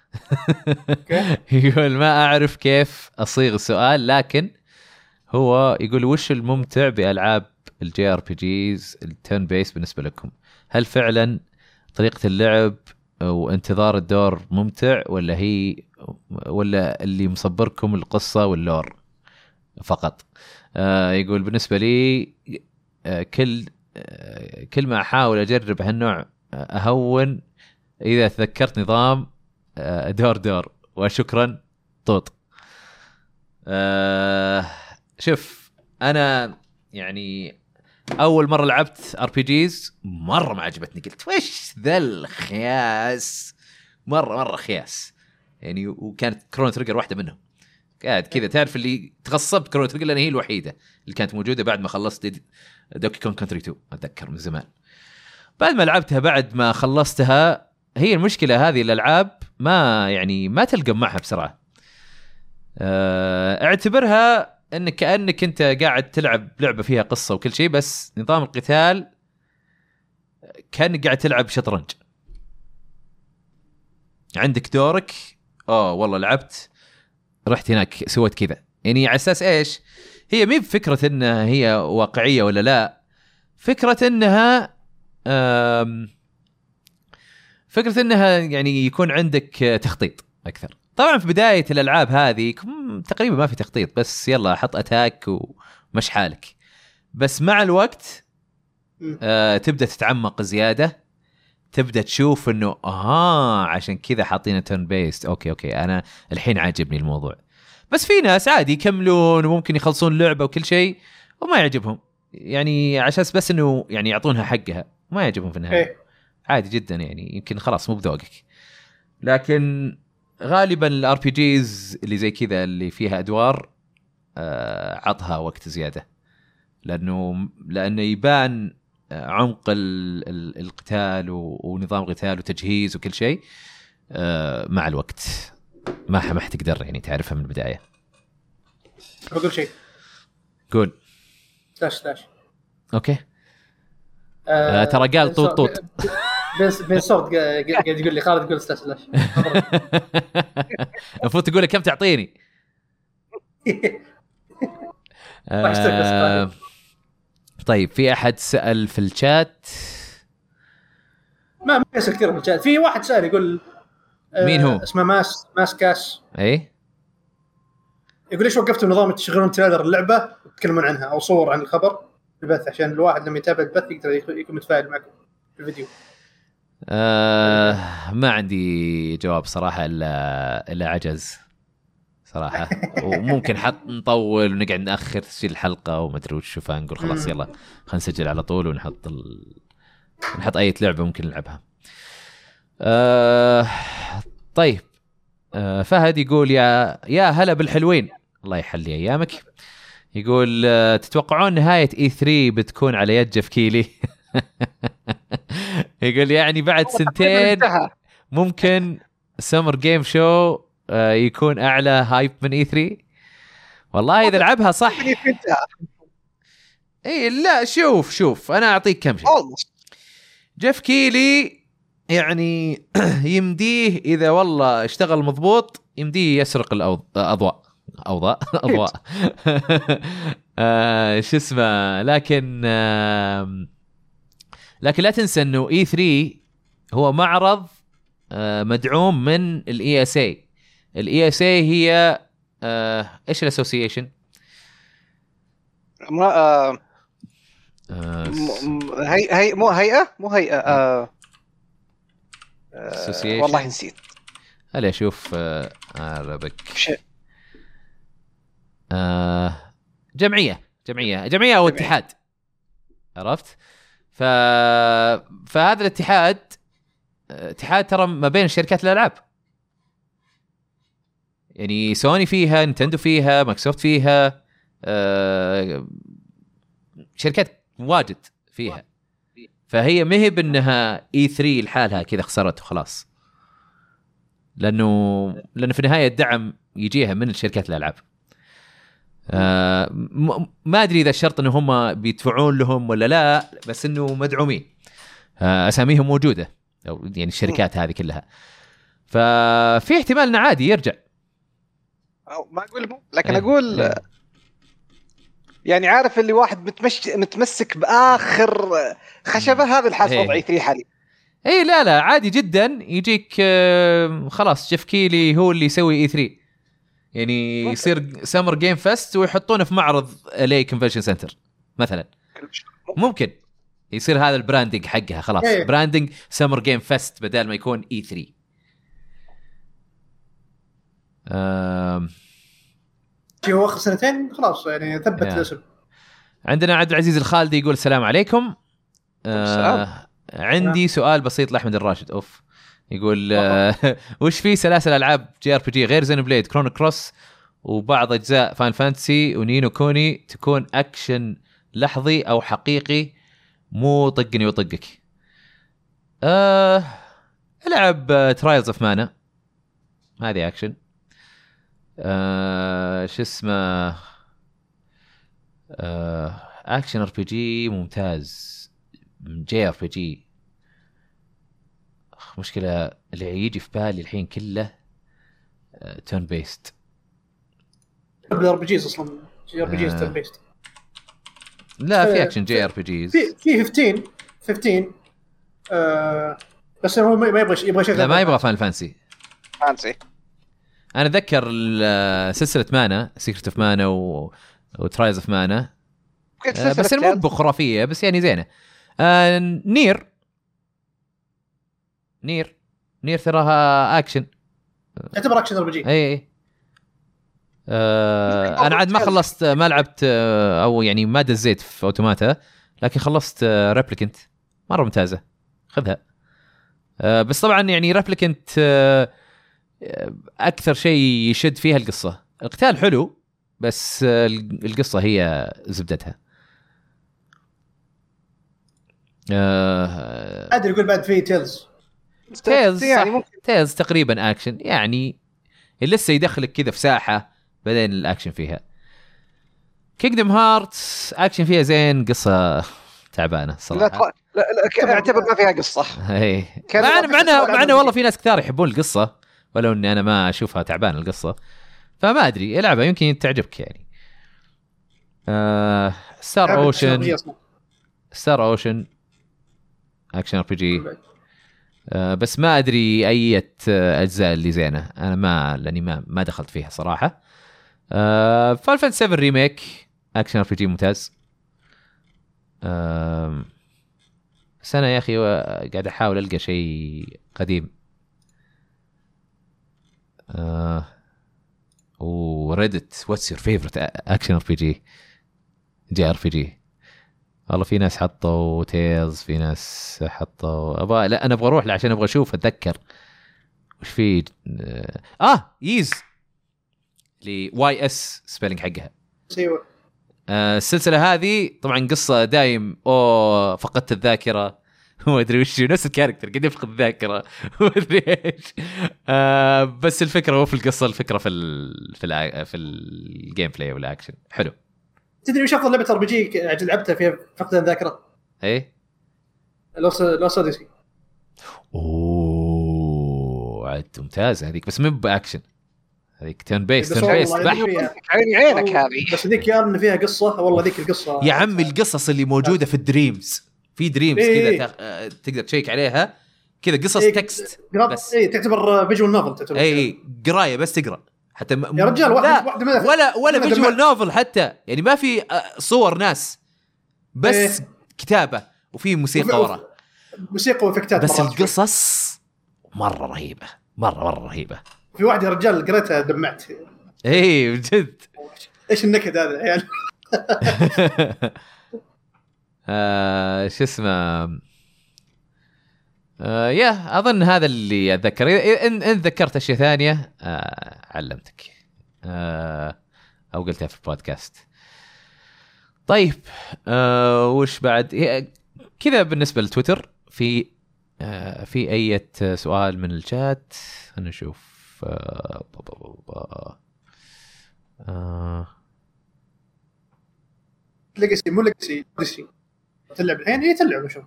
يقول ما اعرف كيف اصيغ السؤال، لكن هو يقول وش الممتع بالعاب الجي ار بي جيز التيرن بيس بالنسبه لكم؟ هل فعلا طريقه اللعب وانتظار الدور ممتع، ولا هي ولا اللي مصبركم القصه واللور فقط؟ آه يقول بالنسبه لي آه كل آه كل ما احاول اجرب هالنوع اهون اذا تذكرت نظام آه دور دور. وشكرا طوط. آه شوف انا يعني اول مره لعبت ار بي جيز مره ما عجبتني، قلت وش ذا الخياس، مره مره خياس يعني. وكانت كرون تريجر واحده منهم، قاعد كذا تعرف اللي تغصبت كرون تريجر لان هي الوحيده اللي كانت موجوده بعد ما خلصت دوكي كون كونتري تو، اتذكر من زمان. بعد ما لعبتها بعد ما خلصتها، هي المشكله هذه الالعاب ما يعني ما تلقم معها بسرعه. اعتبرها انك كانك انت قاعد تلعب لعبه فيها قصه وكل شيء، بس نظام القتال كانك قاعد تلعب شطرنج. عندك دورك، اه والله لعبت رحت هناك سويت كذا، يعني على اساس ايش؟ هي مي بفكره انها هي واقعيه ولا لا، فكره انها فكره انها يعني يكون عندك تخطيط اكثر. طبعا في بدايه الالعاب هذه تقريبا ما في تخطيط، بس يلا حط اتاك ومش حالك. بس مع الوقت آه تبدا تتعمق زياده، تبدا تشوف انه اها عشان كذا حاطين تيرن بيست. اوكي اوكي انا الحين عاجبني الموضوع. بس في ناس عادي يكملون وممكن يخلصون لعبه وكل شيء وما يعجبهم، يعني عشان بس انه يعني يعطونها حقها وما يعجبهم في النهايه. عادي جدا يعني، يمكن خلاص مو بذوقك. لكن غالبا الار بي جيز اللي زي كذا اللي فيها ادوار آه عطها وقت زياده، لانه لانه يبان عمق ال ال القتال ونظام قتال وتجهيز وكل شيء آه مع الوقت ما ما حتقدر يعني تعرفها من البدايه. بقول شيء قول سلاش سلاش. اوكي آه ترى قال طوط طوط بس بين صوت قاعد يقول لي خالد يقول سلاش سلاش. المفروض تقول لي كم تعطيني. آه طيب في احد سأل في الشات؟ ما ما يسأل كثير في الشات. في واحد سأل يقول آه مين هو؟ اسمه ماس ماس كاس. اي يقول ليش وقفتوا نظام تشغلون تريلر اللعبه وتتكلمون عنها او صور عن الخبر البث، عشان الواحد لما يتابع البث يقدر يكون متفاعل معكم في الفيديو. آه ما عندي جواب صراحه الا الا عجز صراحه. وممكن حط نطول ونقعد ناخر تسجيل الحلقه وما ادري وش، فنقول خلاص يلا خلينا نسجل على طول ونحط ال... نحط اي لعبه ممكن نلعبها. آه طيب آه فهد يقول يا يا هلا بالحلوين، الله يحلي ايامك. يقول آه تتوقعون نهايه اي ثري بتكون على يد جيف كيلي؟ يقول يعني بعد سنتين ممكن سمر جيم شو آه يكون اعلى هايب من اي ثري. والله اذا لعبها صح. اي لا شوف شوف انا اعطيك كم شيء. جيف كيلي يعني يمديه اذا والله اشتغل مضبوط يمديه يسرق الاضواء اضواء اضواء آه شو اسمه. لكن آه لكن لا تنسى انه اي ثري هو معرض آه مدعوم من الاي اس اي. الاي اس اي هي آه ايش الاسوسيشن؟ ما هي هي مو هيئه مو هيئه آه أه والله نسيت. هلا اشوف عربك آه آه جمعيه جمعيه جمعيه او اتحاد، عرفت؟ ف فهذا الاتحاد اتحاد ترى ما بين شركات الالعاب، يعني سوني فيها، نينتندو فيها، مايكروسوفت فيها، آه شركات واجد فيها. فهي ما هي بانها اي ثري لحالها كذا خسرت وخلاص، لانه لانه في النهايه الدعم يجيها من شركات الالعاب. آه ما ادري اذا الشرط انه هم بيدفعون لهم ولا لا، بس انه مدعومين، آه اساميهم موجوده، او يعني الشركات هذه كلها، ففي احتمال انه عادي يرجع. أو ما اقول مو، لكن ايه اقول ايه. يعني عارف اللي واحد متمش متمسك باخر خشبه، هذا الحاس ايه. وضعي ثري حالي. اي لا لا عادي جدا يجيك آه خلاص جيف كيلي هو اللي يسوي اي ثري، يعني ممكن. يصير سمر جيم فيست ويحطونه في معرض لي كونفنشن سنتر مثلا، ممكن يصير هذا البراندنج حقها خلاص ايه. براندنج سمر جيم فيست بدل ما يكون اي ثري. امم هو اخر سنتين خلاص يعني ثبت الاسم. عندنا عبد العزيز الخالدي يقول السلام عليكم. آه عندي آه. سؤال بسيط لاحمد الراشد. اوف يقول آه وش في سلاسل العاب جي ار بي جي غير زين بليد كرونو كروس وبعض اجزاء فان فانتسي ونينو كوني تكون اكشن لحظي او حقيقي مو طقني وطقك؟ آه العب ترايلز اوف مانا هذه اكشن. آه شو اسمه آه اكشن ار بي جي ممتاز. جي ار بي جي مشكله اللي يجي في بالي الحين كله آه تيرن بيست. الار بي جيز اصلا جي ار بي جيز تيرن بيست. لا في اكشن جي ار بي جيز في في خمستاشر خمستاشر آه بس هو ما يبغى يبغى شيء. لا ما يبغى فان فانسي فانسي. انا اتذكر سلسله مانا سيكريت اوف مانا و... وترايلز اوف مانا آه بس مو بخرافيه بس يعني زينه. آه نير نير نير تراها اكشن تعتبر اكشن ار بي جي. اي اي آه انا عاد ما خلصت ما لعبت آه او يعني ما دزيت في اوتوماتا لكن خلصت آه ريبليكنت مره ممتازه خذها. آه بس طبعا يعني ريبليكنت آه اكثر شيء يشد فيها القصه. القتال حلو بس آه القصه هي زبدتها. آه ادري يقول بعد في تيلز تيلز يعني ممكن. تيلز تقريبا اكشن يعني لسه يدخلك كذا في ساحه بعدين الاكشن فيها. كينجدم هارتس اكشن فيها زين قصه تعبانه صراحه. لا لا اعتبر ما فيها قصه. اي معنا معنا معنا والله في ناس كثار يحبون القصه ولو اني انا ما اشوفها تعبانه القصه فما ادري العبها يمكن تعجبك يعني. آه ستار اوشن ستار اوشن اكشن ار بي جي آه بس ما ادري اي اجزاء اللي زينه انا ما لاني ما ما دخلت فيها صراحه. آه فاينل فانتسي سفن ريميك اكشن ار بي جي ممتاز. آه بس انا يا اخي قاعد احاول القى شيء قديم. آه وريدت واتس يور فيفورت اكشن ار بي جي جي ار بي جي. والله في ناس حطوا تيلز في ناس حطوا ابغى لا انا ابغى اروح عشان ابغى اشوف اتذكر وش في. اه ييز لي واي اس سبيلينج حقها. ايوه آه السلسله هذه طبعا قصه دايم او فقدت الذاكره ما ادري وش نفس الكاركتر قد يفقد الذاكره ما ادري ايش. آه بس الفكره مو في القصه الفكره في ال في ال في الجيم بلاي والاكشن حلو. تدري وش افضل لعبه ار بي جي لعبتها فيها فقدان ذاكره؟ ايه لوس لوس اوديسي. اوه عاد ممتازه هذيك بس مو باكشن هذيك تيرن بيس تيرن بيس عيني عينك هذه. بس ذيك يا ان فيها قصه والله ذيك القصه يا عمي القصص اللي موجوده في الدريمز في دريمز إيه كذا إيه. تقدر تشيك عليها كذا قصص إيه تكست بس اي تعتبر فيجوال نوفل تعتبر اي قرايه بس تقرا حتى م... يا رجال واحد واحد ولا ولا فيجوال نوفل حتى يعني ما في صور ناس بس إيه. كتابه وفي موسيقى ورا موسيقى وافكتات بس القصص مره رهيبه مره مره رهيبه. في واحد يا رجال قريتها دمعت. اي بجد ايش النكد هذا يعني. آه شو اسمه آه يا اظن هذا اللي اتذكر. ان ان ذكرت اشياء ثانيه آه علمتك آه او قلتها في البودكاست. طيب آه وش بعد كذا بالنسبه لتويتر. في آه في اي سؤال من الشات؟ خلينا نشوف. آه آه ليجاسي مو ليجاسي اوديسي تلعب الحين؟ هي تلعب اشوف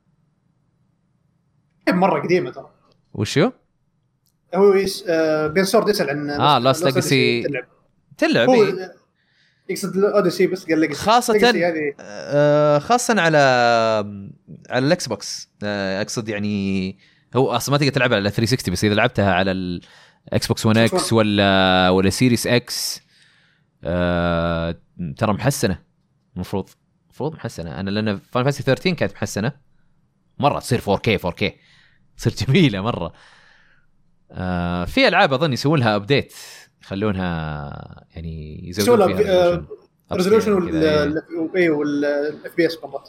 مره قديمه ترى. وشو هو يس... آه بين سورد يسال عن اه لاست ليجاسي تلعب تلعب هو إيه؟ يقصد اوديسي بس قال ليجاسي خاصه هذه آه خاصه على على الاكس بوكس. آه اقصد يعني هو اصلا ما تقدر تلعبها على ثلاثمية وستين، بس اذا لعبتها على الاكس بوكس ون اكس ولا ولا سيريس اكس آه ترى محسنه. المفروض المفروض محسنه. انا لان فاين فانتسي ثيرتين كانت محسنه مره، تصير فور كيه فور كيه، تصير جميله مره. آه في العاب اظن يسوون لها ابديت، يخلونها يعني يزودون فيها ريزولوشن وال والاف بي اس بالضبط.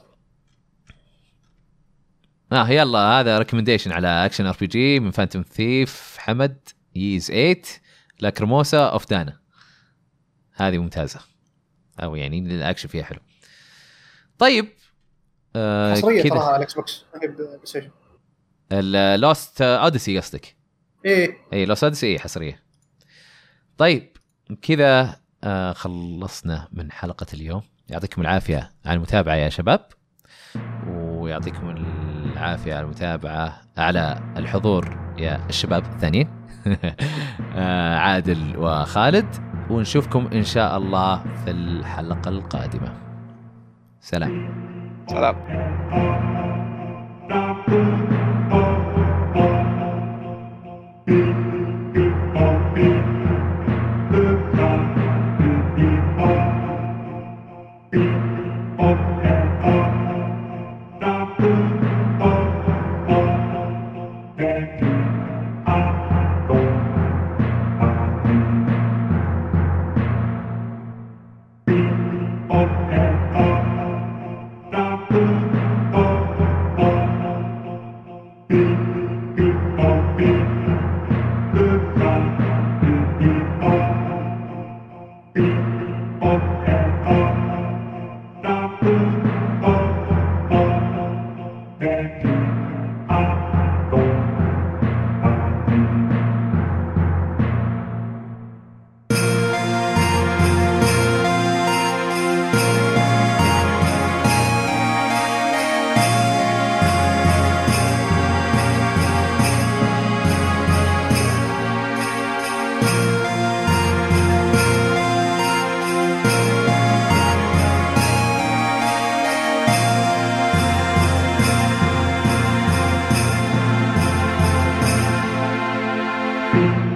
اه يلا هذا ريكومنديشن على اكشن ار بي جي من فانتوم ثيف حمد يز ثمانية لاكرموسا اوف دانا. هذه ممتازه، او يعني الاكشن فيها حلو. طيب آه حصريه تراها على الاكس بوكس ما هي بلاي ستيشن. اللوست اوديسي قصدك؟ ايه اي لوست اوديسي حصريه. طيب كذا آه خلصنا من حلقه اليوم. يعطيكم العافيه على المتابعه يا شباب، ويعطيكم العافيه على المتابعه على الحضور يا الشباب الثانيين آه عادل وخالد، ونشوفكم إن شاء الله في الحلقة القادمة. سلام. Thank you.